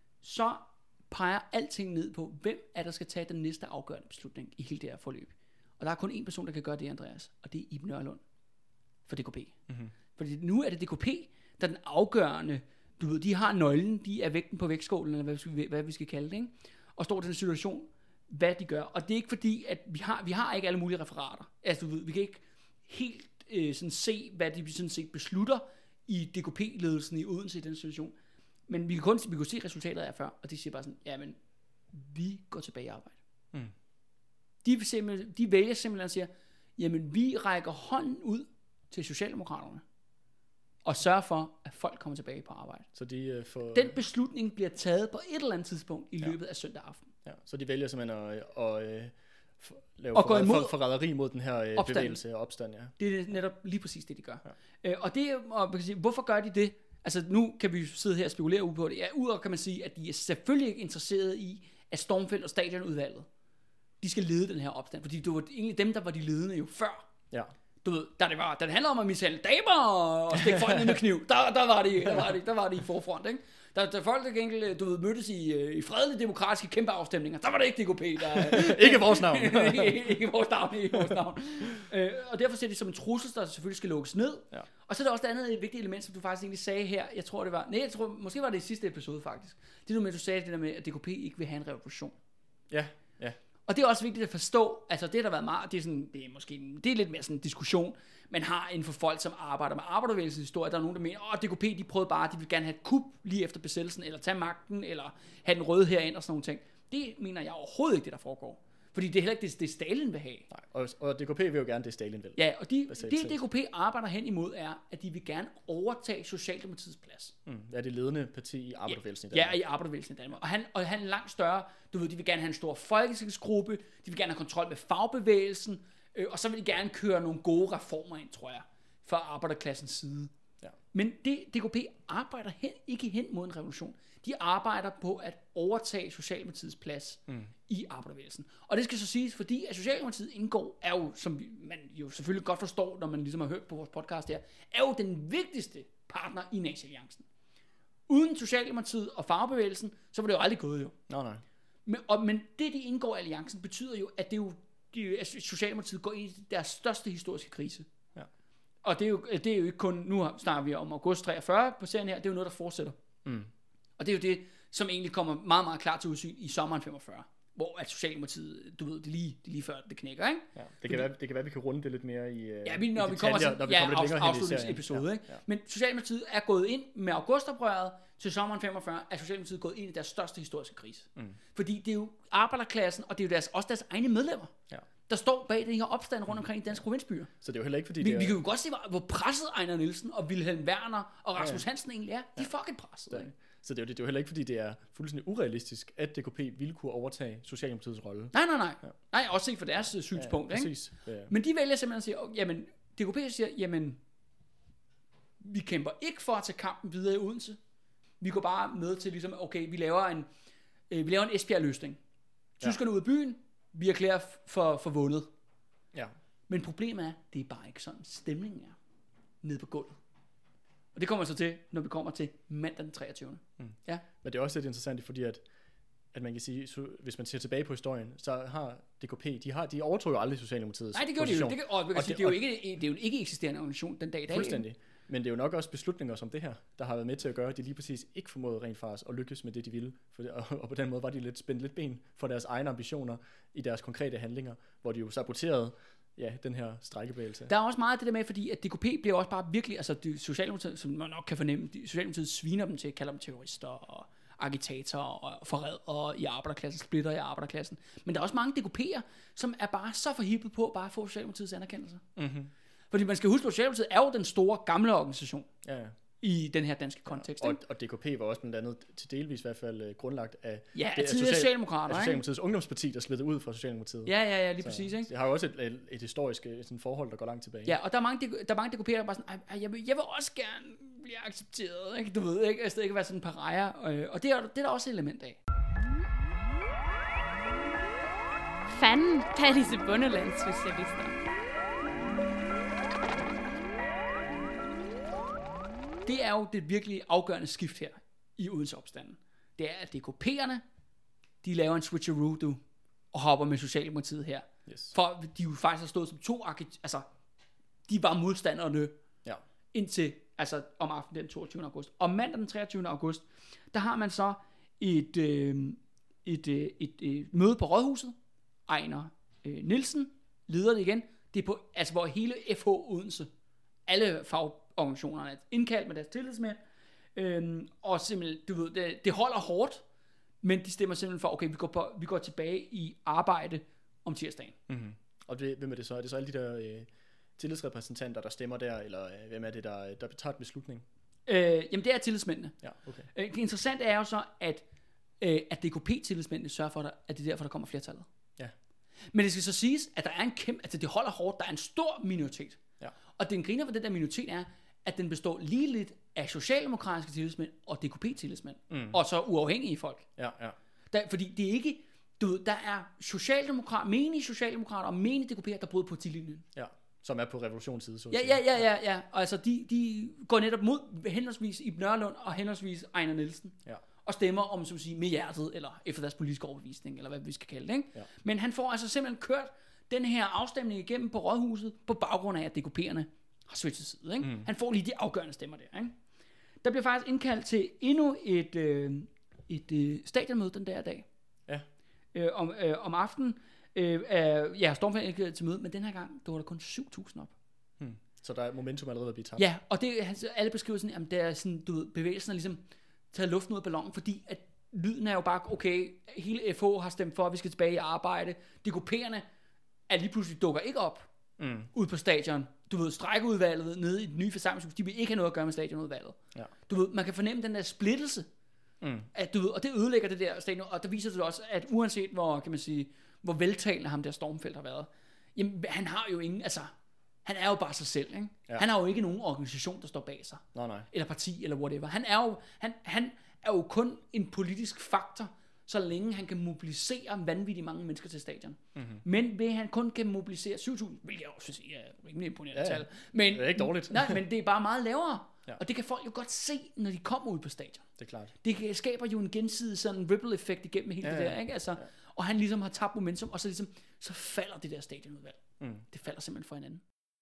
så peger alting ned på, hvem er der skal tage den næste afgørende beslutning i hele det her forløb. Og der er kun én person, der kan gøre det, Andreas, og det er Iben Nørlund for D K P. Mm-hmm. Fordi nu er det D K P, der er den afgørende, du ved, de har nøglen, de er vægten på vægtskålen, eller hvad vi skal, hvad vi skal kalde det, ikke? Og står i den situation, hvad de gør. Og det er ikke fordi, at vi har, vi har ikke alle mulige referater. Altså, du ved, vi kan ikke helt øh, sådan se, hvad de sådan set beslutter i D K P-ledelsen i Odense i den situation. Men vi kan kun vi kan se resultatet af før, og de siger bare sådan, jamen, vi går tilbage i arbejde. Mm. De, simpelthen, de vælger simpelthen og siger, jamen, vi rækker hånden ud til Socialdemokraterne, og sørger for, at folk kommer tilbage på arbejde. Så de, uh, får... Den beslutning bliver taget på et eller andet tidspunkt i løbet ja. af søndag aften. Ja, så de vælger simpelthen at, at, at lave og forræd, for, forræderi mod den her opstand. bevægelse og opstand. Ja. Det er netop lige præcis det, de gør. Ja. Øh, og det, og man kan sige, hvorfor gør de det? Altså nu kan vi sidde her og spekulere ud på det. Ja, udover kan man sige, at de er selvfølgelig ikke interesserede i, at Stormfelt og stadionudvalget, de skal lede den her opstand. Fordi det var egentlig dem, der var de ledende jo før. Ja. Du ved, da det var, da det handlede om at mishandle damer og stikke folk ind med kniv, der, der var de, der var de, der var de i forfront, ikke? Da, da folk der gengæld, du ved, mødtes i, i fredelige demokratiske kæmpe afstemninger, der var det ikke D K P, der... ikke vores navn. ikke, ikke vores navn, ikke vores navn. øh, og derfor ser de som en trussel, der selvfølgelig skal lukkes ned. Ja. Og så er der også et andet vigtigt element, som du faktisk egentlig sagde her. Jeg tror, det var... Nej, jeg tror, måske var det i sidste episode, faktisk. Det er med, at du sagde det der med, at D K P ikke vil have en revolution. Ja, ja. Og det er også vigtigt at forstå, altså det der har været meget, det er sådan, det er måske, det er lidt mere sådan en diskussion, man har inden for folk, som arbejder med arbejderbevægelsens historie. Der er nogen, der mener, åh, D K P, de prøvede bare, de vil gerne have et kup lige efter besættelsen, eller tage magten, eller have den røde herind, og sådan nogle ting. Det mener jeg overhovedet ikke, det der foregår. Fordi det er heller ikke det, det Stalin vil have. Nej, og, og D K P vil jo gerne det, Stalin vil. Ja, og de, det D K P arbejder hen imod er, at de vil gerne overtage Socialdemokratiets plads. Mm, ja, det ledende parti i arbejderbevægelsen ja, i Danmark. Ja, i arbejderbevægelsen i Danmark. Og han, og han er langt større. Du ved, de vil gerne have en stor folketingsgruppe, de vil gerne have kontrol med fagbevægelsen, øh, og så vil de gerne køre nogle gode reformer ind, tror jeg, fra arbejderklassens side. Ja. Men det, D K P arbejder hen, ikke hen mod en revolution. De arbejder på at overtage Socialdemokratiets plads mm. i arbejderbevægelsen. Og det skal så siges, fordi at Socialdemokratiet indgår, er jo, som man jo selvfølgelig godt forstår, når man ligesom har hørt på vores podcast her, er jo den vigtigste partner i Nazi-alliancen. Uden Socialdemokratiet og fagbevægelsen, så var det jo aldrig gået jo. Nej, nej. Men, og, men det, de indgår i alliancen, betyder jo, at det jo, de, at Socialdemokratiet går ind i deres største historiske krise. Ja. Og det er, jo, det er jo ikke kun, nu snakker vi om august treogfyrre på serien her, det er jo noget, der fortsætter. Mm. Og det er jo det, som egentlig kommer meget, meget klart til udsyn i sommeren femogfyrre, hvor at Socialdemokratiet, du ved, det er lige, det er lige før det knækker, ikke? Ja, det, kan være, det kan være, vi kan runde det lidt mere i, uh, ja, vi, når i vi detaljer, kommer til, når vi ja, kommer lidt længere hen i serien. afslutningsepisode, ja, ikke? ja. Men Socialdemokratiet er gået ind med augustoprøret til sommeren femogfyrre, er Socialdemokratiet gået ind i deres største historiske krise. Mm. Fordi det er jo arbejderklassen, og det er jo deres, også deres egne medlemmer, ja. der står bag den her opstand rundt omkring i danske provinsbyer. Så det er jo heller ikke, fordi vi, det er... vi kan jo godt se, hvor, hvor presset Ejner Nielsen og Wilhelm Werner og Rasmus ja, ja. Hansen egentlig er. De er fucking presset. Ja. Så det er, jo, det er jo heller ikke, fordi det er fuldstændig urealistisk, at D K P ville kunne overtage Socialdemokratiets rolle. Nej, nej, nej. Ja. Nej, også set fra deres uh, synspunkt. Ja, præcis. Ikke? Ja. Men de vælger simpelthen at sige, oh, jamen, D K P siger, jamen, vi kæmper ikke for at tage kampen videre i Odense. Vi går bare med til ligesom, okay, vi laver en, øh, vi laver en Esbjerg-løsning. Tyskerne ja. Ude af byen, vi erklærer for, for vundet. Ja. Men problemet er, det er bare ikke sådan stemningen er nede på gulvet. Og det kommer så til, når vi kommer til mandag den treogtyvende Mm. Ja. Men det er også lidt interessant, fordi at, at man kan sige, så, hvis man ser tilbage på historien, så har D K P, de, har, de overtog jo aldrig Socialdemokratiets Nej, det gjorde position. de jo. Det, og, og sige, det, det, er jo ikke, det er jo en ikke eksisterende organisation den dag i dag. Fuldstændig. Men det er jo nok også beslutninger som det her, der har været med til at gøre, at de lige præcis ikke formåede rent faktisk at lykkes med det, de ville. For, og, og på den måde var de lidt spændt lidt ben for deres egne ambitioner i deres konkrete handlinger, hvor de jo saboterede ja, den her strejkebevægelse. Der er også meget af det der med, fordi at D K P bliver også bare virkelig, altså de Socialdemokratiet, som man nok kan fornemme, de Socialdemokratiet sviner dem til, kalder dem terrorister og agitatorer og forrædere i arbejderklassen, splitter i arbejderklassen. Men der er også mange D K P'er, som er bare så forhippet på bare at få Socialdemokratiets anerkendelse. Mm-hmm. Fordi man skal huske, at Socialdemokratiet er jo den store gamle organisation. Ja, ja. I den her danske kontekst. Ja, og, og D K P var også blandt andet til delvis i hvert fald uh, grundlagt af, ja, det, af tidligere Socialdemokrater, af Socialdemokratiets ungdomsparti, der slittede ud fra Socialdemokratiet. Ja, ja, ja, lige så, præcis. Ikke? Det har jo også et, et historisk sådan forhold, der går langt tilbage. Ja, og der er mange, der er mange D K P'er, der bare sådan, jeg vil, jeg vil også gerne blive accepteret, ikke? Du ved, ikke? Altså, det ikke være sådan en pariah, og det er, det er der også et element af. Fanden, der er disse bundelandssocialister. Det er jo det virkelig afgørende skift her i Odense-opstanden. Det er, at D K P'erne, de laver en switcheroo, du, og hopper med Socialdemokratiet her. Yes. For de jo faktisk har stået som to arki- altså, de var modstanderne ja. indtil, altså om aftenen den toogtyvende august. Og mandag den treogtyvende august, der har man så et, øh, et, øh, et, et, et møde på Rådhuset. Ejner øh, Nielsen leder det igen. Det er på, altså hvor hele F H Odense, alle fagorganisationerne er indkaldt med deres tillidsmænd, øhm, og simpelthen, du ved, det, det holder hårdt, men de stemmer simpelthen for, okay, vi går, på, vi går tilbage i arbejde om tirsdagen. Mm-hmm. Og det, hvem er det så? Er det så alle de der øh, tillidsrepræsentanter, der stemmer der, eller øh, hvem er det, der, der tager et beslutning? Øh, jamen, det er tillidsmændene. Ja, okay. Øh, det interessante er jo så, at, øh, at D K P-tillidsmændene sørger for, at det er derfor, der kommer flertallet. Ja. Men det skal så siges, at der er en kæmpe, altså det holder hårdt, der er en stor minoritet. Ja. Og den griner for den der minoritet er, at den består lige lidt af socialdemokratiske tillidsmænd og D K P-tillidsmænd. Mm. Og så uafhængige folk. Ja, ja. Der, fordi det er ikke, du ved, der er socialdemokrat, menige socialdemokrater og menige D K P'er, der bryder partilinjen. Ja, som er på revolutionsside. Så ja, ja, ja, ja, ja. Og altså, de, de går netop mod henholdsvis Ibn Nørlund og henholdsvis Ejner Nielsen. Ja. Og stemmer om, som sige, med hjertet, eller efter deres politiske overbevisning, eller hvad vi skal kalde det, ikke? Ja. Men han får altså simpelthen kørt den her afstemning igennem på Rådhuset, på baggrund af, at D K P'erne har switchet side, ikke? Mm. Han får lige de afgørende stemmer der, ikke? Der bliver faktisk indkaldt til endnu et, øh, et øh, stadionmøde den der dag. Ja. Øh, om, øh, om aftenen. Øh, øh, ja, Stormfald indkaldt til møde, men den her gang, der var der kun syv tusind op. Hmm. Så der er momentum allerede at blive tabt. Ja, og det er alle beskriver sådan, jamen det er sådan, du ved, bevægelsen er ligesom taget luften ud af ballonen, fordi at lyden er jo bare, okay, hele F H har stemt for, at vi skal tilbage i arbejde. D K P'erne er lige pludselig dukker ikke op mm. ude på stadion. Du ved, strækkeudvalget nede i det nye forsamlingshus, de vil ikke have noget at gøre med stadionudvalget. Ja. Du ved, man kan fornemme den der splittelse, mm. at, du ved, og det ødelægger det der stadion, og der viser det også, at uanset hvor, kan man sige, hvor veltalende ham der Stormfeld har været, jamen, han har jo ingen, altså, han er jo bare sig selv, ikke? Ja. Han har jo ikke nogen organisation, der står bag sig. Nej, nej. Eller parti, eller whatever. Han er jo, han, han er jo kun en politisk faktor, så længe han kan mobilisere vanvittigt mange mennesker til stadion. Mm-hmm. Men ved han kun kan mobilisere syv tusind, hvilket jeg også synes er rimelig imponerende ja, tal. Men, det er ikke dårligt. Nej, men det er bare meget lavere. Ja. Og det kan folk jo godt se, når de kommer ud på stadion. Det er klart. Det skaber jo en gensidig sådan ripple-effekt igennem hele ja, det der, ikke? Altså, ja. Og han ligesom har tabt momentum, og så ligesom, så falder det der stadionudvalg. Mm. Det falder simpelthen for hinanden.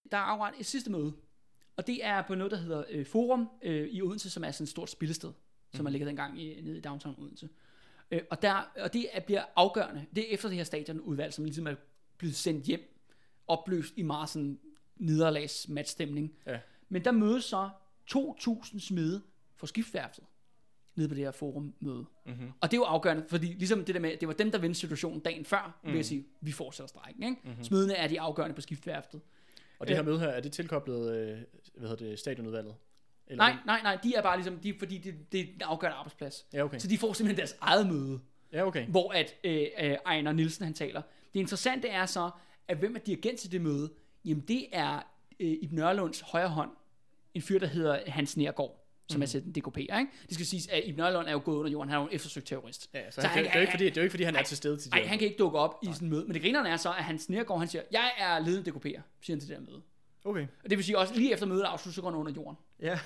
der er afrettet et sidste møde, og det er på noget, der hedder øh, Forum øh, i Odense, som er sådan et stort spillested, som har ligget dengang i, nede i downtown Odense. Øh, og, der, og det er, bliver afgørende. Det er efter det her stadionudvalg, som ligesom er blevet sendt hjem, opløst i meget sådan nederlags matstemning. Ja. Men der mødes så to tusind smede for skibsværftet nede på det her forummøde. Mm-hmm. Og det er jo afgørende, fordi ligesom det der med, det var dem, der vendte situationen dagen før, mm. vil jeg sige, vi fortsætter strækken. Ikke? Mm-hmm. Smedene er de afgørende på skibsværftet. Og det her møde her, er det tilkoblet, øh, hvad hedder det, stadionudvalget? Eller nej, nej, nej, de er bare ligesom, de, fordi det, det er en afgørende arbejdsplads. Ja, okay. Så de får simpelthen deres eget møde. Ja, okay. Hvor at øh, øh, Ejner Nielsen han taler. Det interessante er så, at hvem er dirigent til det møde? Jamen det er øh, Ibn Nørlunds højre hånd, en fyr, der hedder Hans Nergård, som mm. er set en D K P'er, ikke? Det skal siges, at Ibn Nørlund er jo gået under jorden, han er jo en eftersøgt terrorist. Ja, så, så han, han, det, er jo ikke fordi, det er jo ikke fordi, han er til stede til Nej, han kan ikke dukke op nej. i sådan et møde. Men det grinerne er så, at Hans Nergård, han siger, jeg er ledende D K P'er, siger han til det her møde. Okay. Og det vil sige også, lige efter mødet afslut, så går han under jorden. Ja.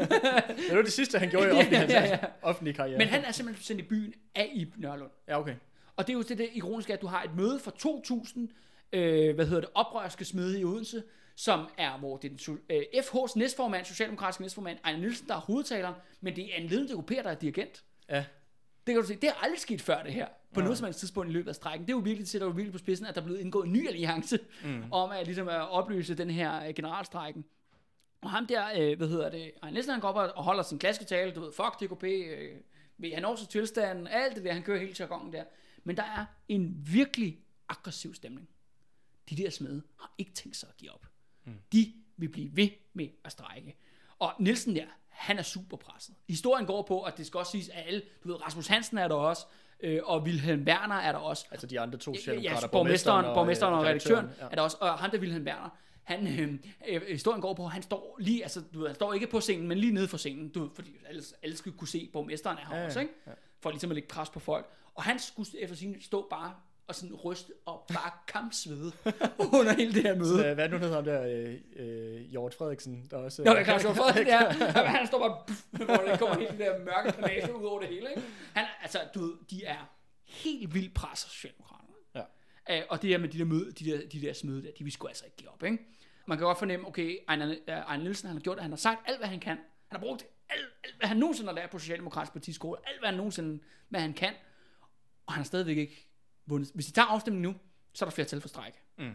Det var det sidste, han gjorde i offentlig, ja, ja, ja. offentlig karriere. Men han er simpelthen sendt i byen af Ibn Nørlund. Ja, okay. Og det er jo det, det ironiske, at du har et møde for to tusind, øh, hvad hedder det, oprørske smede i Odense, som er, hvor det er den, øh, F H's næstformand, socialdemokratiske næstformand, Ejner Nielsen, der er hovedtaleren, men det er en ledende D K P'er, der er dirigent. Ja. Det kan du se, det er aldrig sket før det her, på ja. noget som helst tidspunkt i løbet af strækken. Det er jo virkelig, det sætter jo virkelig på spidsen, at der er blevet indgået en ny alliance, mm. om at, ligesom, at opløse den her uh, generalstrækken. Og ham der, øh, hvad hedder det, Ejner Nielsen, han går op og holder sin klasketale, du ved, fuck D K P, øh, ved han også tilstanden, alt det der, han kører hele jargonen der. Men der er en virkelig aggressiv stemning. De der smede har ikke tænkt sig at give op. Mm. De vil blive ved med at strejke. Og Nielsen der, han er super presset. Historien går på, at det skal også siges, at alle, du ved, Rasmus Hansen er der også, øh, og Wilhelm Werner er der også. Altså de andre to socialdemokrater, ja, borgmesteren, og, borgmesteren og, og redaktøren ja. er der også, og han der Wilhelm Werner. Han, øh, øh, historien går på, at han står lige, altså du ved, han står ikke på scenen, men lige nede for scenen, du ved, fordi alle, alle skulle kunne se, borgmesteren er her ja, også, ikke? Ja. For ligesom at lægge pres på folk. Og han skulle efter sin stå bare og sådan ryste og bare kampsvede under hele det her møde. Så, hvad er det nu hedder ham der, øh, øh, Hjort Frederiksen, der også... Jo, det er klart, Hjort Frederiksen, ja. Han står bare, puff, hvor det kommer helt det der mørke panage ud over det hele, ikke? Han, altså, du ved, de er helt vildt presset, Socialdemokraterne. Ja. Uh, og det her med de der, møde, de der, de der smøde der, de vil sgu altså ikke give op, ikke? Man kan godt fornemme, okay, Ejner, Ejner Nielsen, han har gjort det, han har sagt alt, hvad han kan. Han har brugt alt, alt hvad han nogensinde har lært på Socialdemokratisk Partiskole, alt, hvad han nogensinde, hvad han kan. Og han har stadigvæk ikke vundet. Hvis de tager afstemningen nu, så er der flertal for strække. Mm.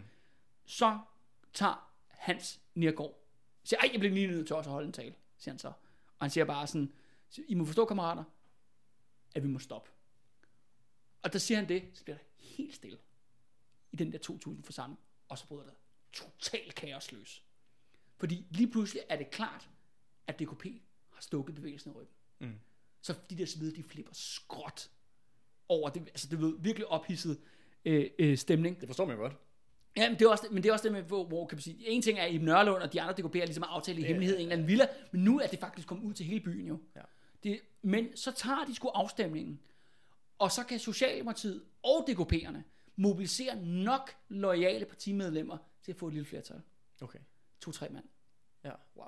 Så tager Hans Nergård, siger, ej, jeg bliver lige nødt til også at holde en tale, siger han så. Og han siger bare sådan, I må forstå, kammerater, at vi må stoppe. Og der siger han det, så bliver der helt stille i den der to tusind forsamling, og så bryder der total kaos løs. Fordi lige pludselig er det klart, at D K P har stukket bevægelsen i ryggen. Mm. Så de der smede, de flipper skråt over det, altså det ved virkelig ophidset øh, øh, stemning. Det forstår man godt. Ja, men det er også, men det er også det med, hvor, hvor kan man sige, en ting er Ibn Nørlund og de andre D K P'er ligesom aftalt i ja, hemmelighed i en eller anden villa, men nu er det faktisk kommet ud til hele byen jo. Ja. Det, men så tager de sgu afstemningen, og så kan Socialdemokratiet og D K P'erne mobilisere nok loyale partimedlemmer til at få et lille flertal. Okay. To-tre mand. Ja, wow.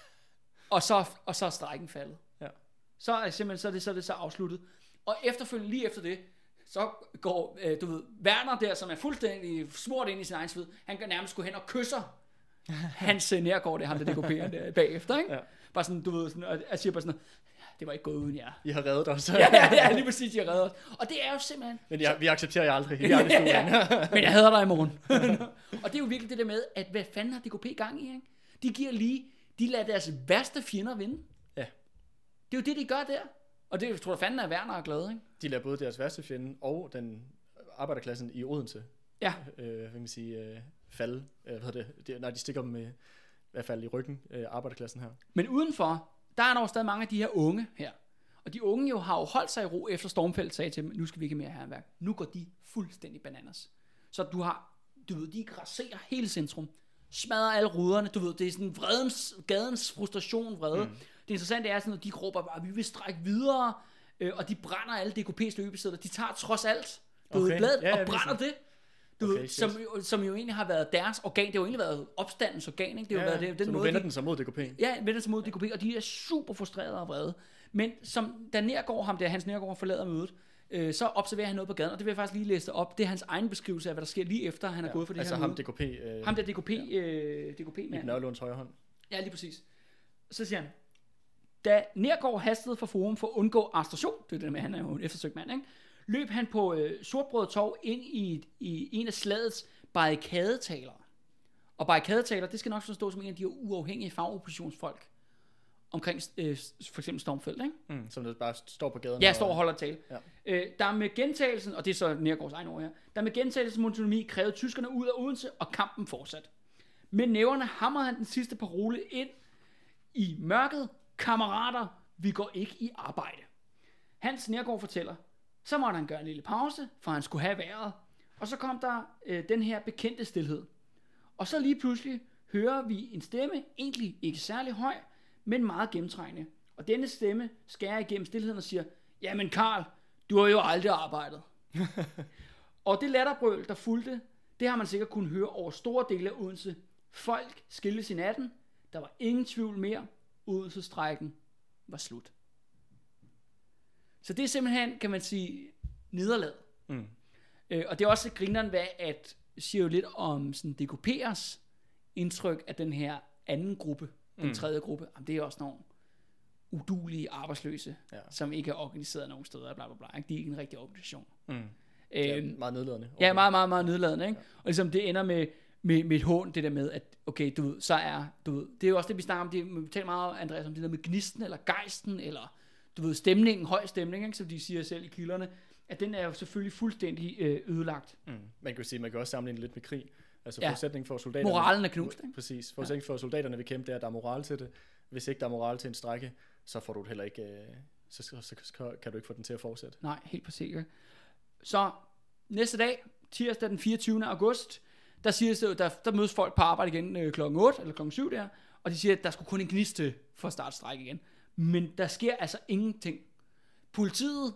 og, så, og så er strækken faldet. Ja. Så er, simpelthen, så er, det, så er det så afsluttet. Og efterfølgende, lige efter det, så går, øh, du ved, Werner der, som er fuldstændig smurt ind i sin egen sved, han kan nærmest gå hen og kysser Hans Nergård, det er ham, der D K P'eren der bagefter, ikke? Ja. Bare sådan, du ved, sådan, og jeg siger bare sådan, det var ikke gået uden jer. I har reddet os. ja, ja, ja, lige præcis, I har reddet os. Og det er jo simpelthen... Men jeg, vi accepterer jer aldrig. Vi er aldrig ja, men jeg hader dig i morgen. Og det er jo virkelig det der med, at hvad fanden har D K P gang i, ikke? De giver lige, de lader deres værste fjender vinde. Ja. Det er jo det, de gør der. Og det tror jeg fanden er Werner er glad, ikke? De lader både deres værste fjende og den arbejderklassen i Odense. Ja. Øh, hvad kan man sige, øh, falde. Øh, hvad hedder det? det? Nej, de stikker dem med, i hvert fald i ryggen, øh, arbejderklassen her. Men udenfor, der er der jo stadig mange af de her unge her. Og de unge jo har jo holdt sig i ro efter Stormfelt sagde til dem, nu skal vi ikke mere hærværk. Nu går de fuldstændig bananas. Så du har, du ved, de grasserer hele centrum. Smadrer alle ruderne, du ved, det er sådan vredens, gadens frustration, vrede. Mm. Det interessante er sådan, at de råber bare, vi vil strække videre, øh, og de brænder alle D K P's løbesætter. De tager trods alt, du okay. ved, bladet, ja, og brænder det. Du okay, ved, som, som jo egentlig har været deres organ. Det har jo egentlig været opstandens organ, ikke? Det har ja, været det, den så nu måde, vender de, den sig mod D K P. Ja, vender sig mod D K P, og de er super frustrerede og vrede. Men som da Nergård, ham der, Hans Nergård forlader mødet, øh, så observerer han noget på gaden, og det vil jeg faktisk lige læse det op. Det er hans egen beskrivelse af, hvad der sker lige efter, han er Ja, gået for det altså her ham møde. D K P. Øh, Ham der D K P, ja. øh, D K P-mand. Ib Nørlunds højre hånd. Ja, lige præcis. Så siger han, da Neergaard hastede fra Forum for at undgå arrestation, det er det med, han er jo en eftersøgt mand, ikke? Løb han på øh, Sortbrød Torv ind i, i en af slagets barrikadetalere. Og barrikadetaler, det skal nok forstås som en af de uafhængige fagoppositionsfolk omkring øh, for eksempel Stormfeld, ikke? Mm, som der bare står på gaden. Ja, står og holder tale. Ja. Øh, der med gentagelsen, og det er så Neergaards egen ord her, der med gentagelsen autonomi krævede tyskerne ud af Odense, og kampen fortsat. Med næverne hamrede han den sidste parole ind i mørket. Kammerater, vi går ikke i arbejde. Hans Neergaard fortæller, så måtte han gøre en lille pause, for han skulle have vejret. Og så kom der øh, den her bekendte stilhed. Og så lige pludselig hører vi en stemme, egentlig ikke særlig høj, men meget gennemtrængende. Og denne stemme skærer igennem stilheden og siger, jamen Karl, du har jo aldrig arbejdet. Og det latterbrøl, der fulgte, det har man sikkert kunnet høre over store dele af Odense. Folk skiltes i natten. Der var ingen tvivl mere. Odense-strejken var slut. Så det er simpelthen, kan man sige, nederlag. Mm. Øh, og det er også grineren, hvad at siger jo lidt om sådan D K P'ers indtryk af den her anden gruppe, den Mm. tredje gruppe. Jamen, det er også nogle udulige arbejdsløse, Ja. som ikke er organiseret nogen steder, bla bla bla. Ikke? De er ikke en rigtig organisation. Mm. Det er Øhm, meget nedladende. ja, meget, meget, meget nedladende, ikke? Ja. Og ligesom det ender med, med, med et hån, det der med, at okay, du ved, så er, du ved, det er jo også det, vi snakker om, det, vi taler meget, Andreas, om det der med gnisten, eller gejsten, eller, du ved, stemningen, høj stemning, ikke? Som de siger selv i kilderne, at den er jo selvfølgelig fuldstændig øh, ødelagt. Mm. Man kan jo sige, man kan også sammenligne lidt med krig. Altså Ja. forudsætningen for soldaterne. Moralen er knust, ikke? Præcis. Forudsætningen for soldaterne vil kæmpe, det er, at der er moral til det. Hvis ikke der er moral til en strække, så får du det heller ikke, øh, så, så, så, så kan du ikke få den til at fortsætte. Nej, helt præcis. Ikke? Så næste dag, tirsdag den fireogtyvende august, der, siger det, der, der mødes folk på arbejde igen øh, klokken otte eller klokken syv der, og de siger, at der skulle kun en gnist til for at starte stræk igen. Men der sker altså ingenting. Politiet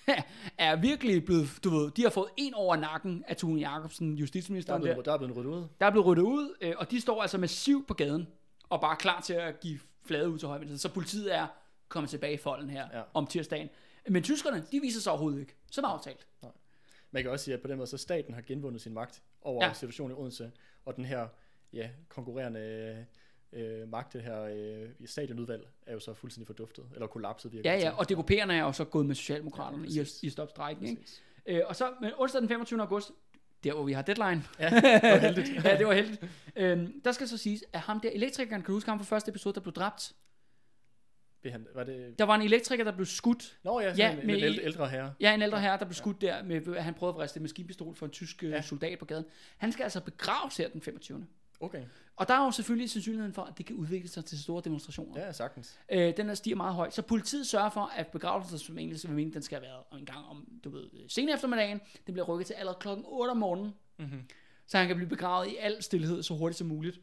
er virkelig blevet, du ved, de har fået en over nakken af Tone Jacobsen, Der er justitsministeren blevet, der. der er blevet ryddet ud. Der er blevet ryddet ud, øh, og de står altså massivt på gaden, og bare klar til at give flade ud til højre. Så politiet er kommet tilbage i folden her Ja. om tirsdagen. Men tyskerne, de viser sig overhovedet ikke, som aftalt. Man kan også sige, at på den måde, så staten har genvundet sin magt over Ja. ja. situationen i Odense, og den her ja, konkurrerende øh, magt, det her øh, stadionudvalg, er jo så fuldstændig forduftet, eller kollapset virker Ja, det ja, til. og D K P'erne er jo så gået med Socialdemokraterne Ja, ja, i, at, præcis. i at stoppe strejken. Ikke? Præcis. Øh, og så men onsdag den femogtyvende august, der hvor vi har deadline. Ja, det var heldigt. ja, det var heldigt. Øhm, der skal så siges, at ham der elektrikeren, kan du huske ham fra første episode, der blev dræbt? Blev han- Var det... Der var en elektriker, der blev skudt. Nå ja, Ja, ja en, med en i- ældre, ældre herre. Ja, en ældre herre, der blev skudt der, med, at han prøvede at vriste en maskinpistol for en tysk ja. Ja. soldat på gaden. Han skal altså begraves her den femogtyvende Okay, Og der er jo selvfølgelig sandsynligheden for, at det kan udvikle sig til store demonstrationer. ja, sagtens. Øh, den er stiger meget højt. Så politiet sørger for, at begravelsen, som egentlig som meningen, den skal have været en gang om, du ved, sen eftermiddagen. Den bliver rykket til allerede klokken otte om morgenen. Mm-hmm. Så han kan blive begravet i al stillhed så hurtigt som muligt.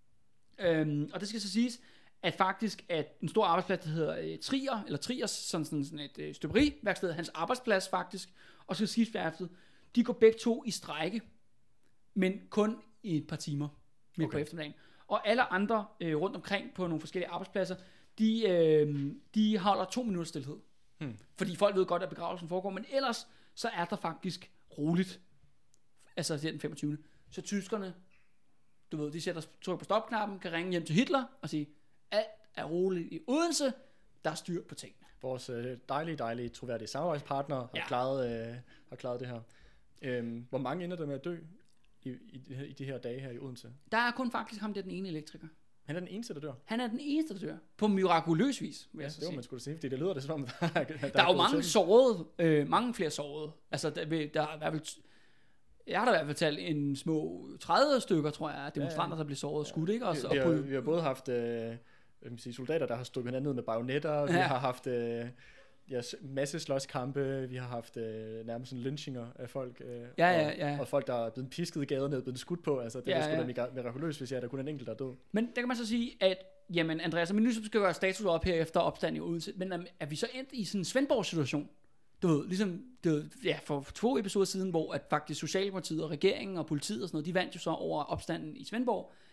Øhm, og det skal så siges, at faktisk, at en stor arbejdsplads, der hedder øh, Trier, eller Triers, sådan, sådan, sådan et øh, støberiværksted, hans arbejdsplads faktisk, og så skibsværftet, de går begge to i strejke, men kun i et par timer midt okay. på Okay. eftermiddagen. Og alle andre øh, rundt omkring på nogle forskellige arbejdspladser, de, øh, de holder to minutter stillhed. Hmm. Fordi folk ved godt, at begravelsen foregår, men ellers så er der faktisk roligt. Altså det er den femogtyvende Så tyskerne, du ved, de sætter tryk på stopknappen, kan ringe hjem til Hitler og sige, alt er roligt i Odense, der er styr på tingene. Vores øh, dejlige, dejlige, troværdige samarbejdspartnere har, Ja. klaret, øh, har klaret det her. Øhm, hvor mange ender der med at dø i, i, de her, i de her dage her i Odense? Der er kun faktisk ham der, den ene elektriker. Han er den eneste, der dør. Han er den eneste, der dør. På mirakuløs vis, vil Ja, jeg så det var sige. man skulle sige, fordi det lyder det som om, der, der, der Der er jo gået mange til. sårede, øh, mange flere sårede. Altså, der, vil- der er i hvert fald, jeg har da i hvert fald talt en små tredive stykker, tror jeg, af demonstranter, Ja, ja. der bliver såret og skudt, ikke? Også, Vi, vi, og har, på, vi har både haft øh, hvad kan man sige, soldater, der har stukket hinanden ned med bajonetter, vi Ja. har haft øh, ja, s- masse slåskampe, vi har haft øh, nærmest sådan lynchinger af folk, øh, Ja, ja, og, ja. og folk, der er blevet pisket i gaden, er blevet skudt på, altså det Ja, er sgu ja. da mega- mirakuløst, hvis jeg er der kun en enkelt, der er død. Men der kan man så sige, at jamen, Andreas, men nu skal vi gøre status op her efter opstanden i Odense, men er, er vi så endt i sådan en Svendborg-situation? Du ved, ligesom du ved, ja, for to episoder siden, hvor at faktisk Socialdemokratiet og regeringen og politiet og sådan noget, de vandt jo så over opstanden i Svendborg.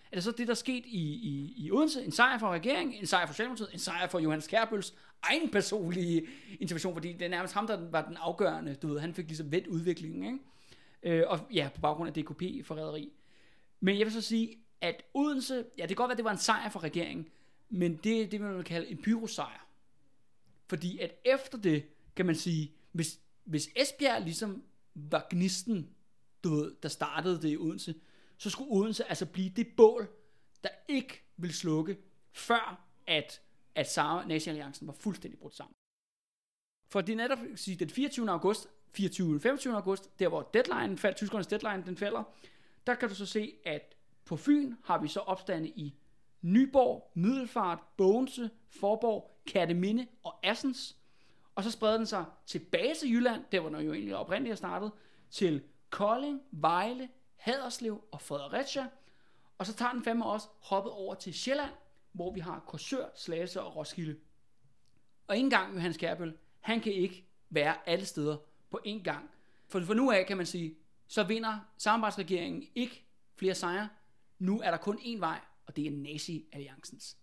er det så det, der er sket i, i, i Odense? En sejr for regeringen, en sejr for Socialdemokratiet, en sejr for Johannes Kjærbøls egen personlige intervention, fordi det er nærmest ham, der var den afgørende, du ved, han fik ligesom vendt udviklingen, ikke? Øh, og ja, på baggrund af D K P-forræderi. Men jeg vil så sige, at Odense, ja, det kan godt være, at det var en sejr for regeringen, men det er det, man vil kalde en pyrosejr. Fordi at efter det, kan man sige, hvis, hvis Esbjerg ligesom var gnisten, du ved, der startede det i Odense, så skulle Odense altså blive det bål, der ikke ville slukke, før at, at Sara Nazi-alliancen var fuldstændig brudt sammen. For det er netop sige, den fireogtyvende august, fireogtyvende femogtyvende august, der hvor deadline faldt, tyskernes deadline, den falder, der kan du så se, at på Fyn har vi så opstande i Nyborg, Middelfart, Bogense, Forborg, Kerteminde og Assens. Og så spreder den sig tilbage til Jylland, der hvor den jo egentlig oprindeligt er startet, til Kolding, Vejle, Haderslev og Fredericia. Og så tager den fandme også hoppet over til Sjælland, hvor vi har Korsør, Slagelse og Roskilde. Og ikke engang Johannes Kjærbøl, han kan ikke være alle steder på én gang. For for nu af kan man sige, så vinder samarbejdsregeringen ikke flere sejre. Nu er der kun én vej, og det er Nazi-alliancens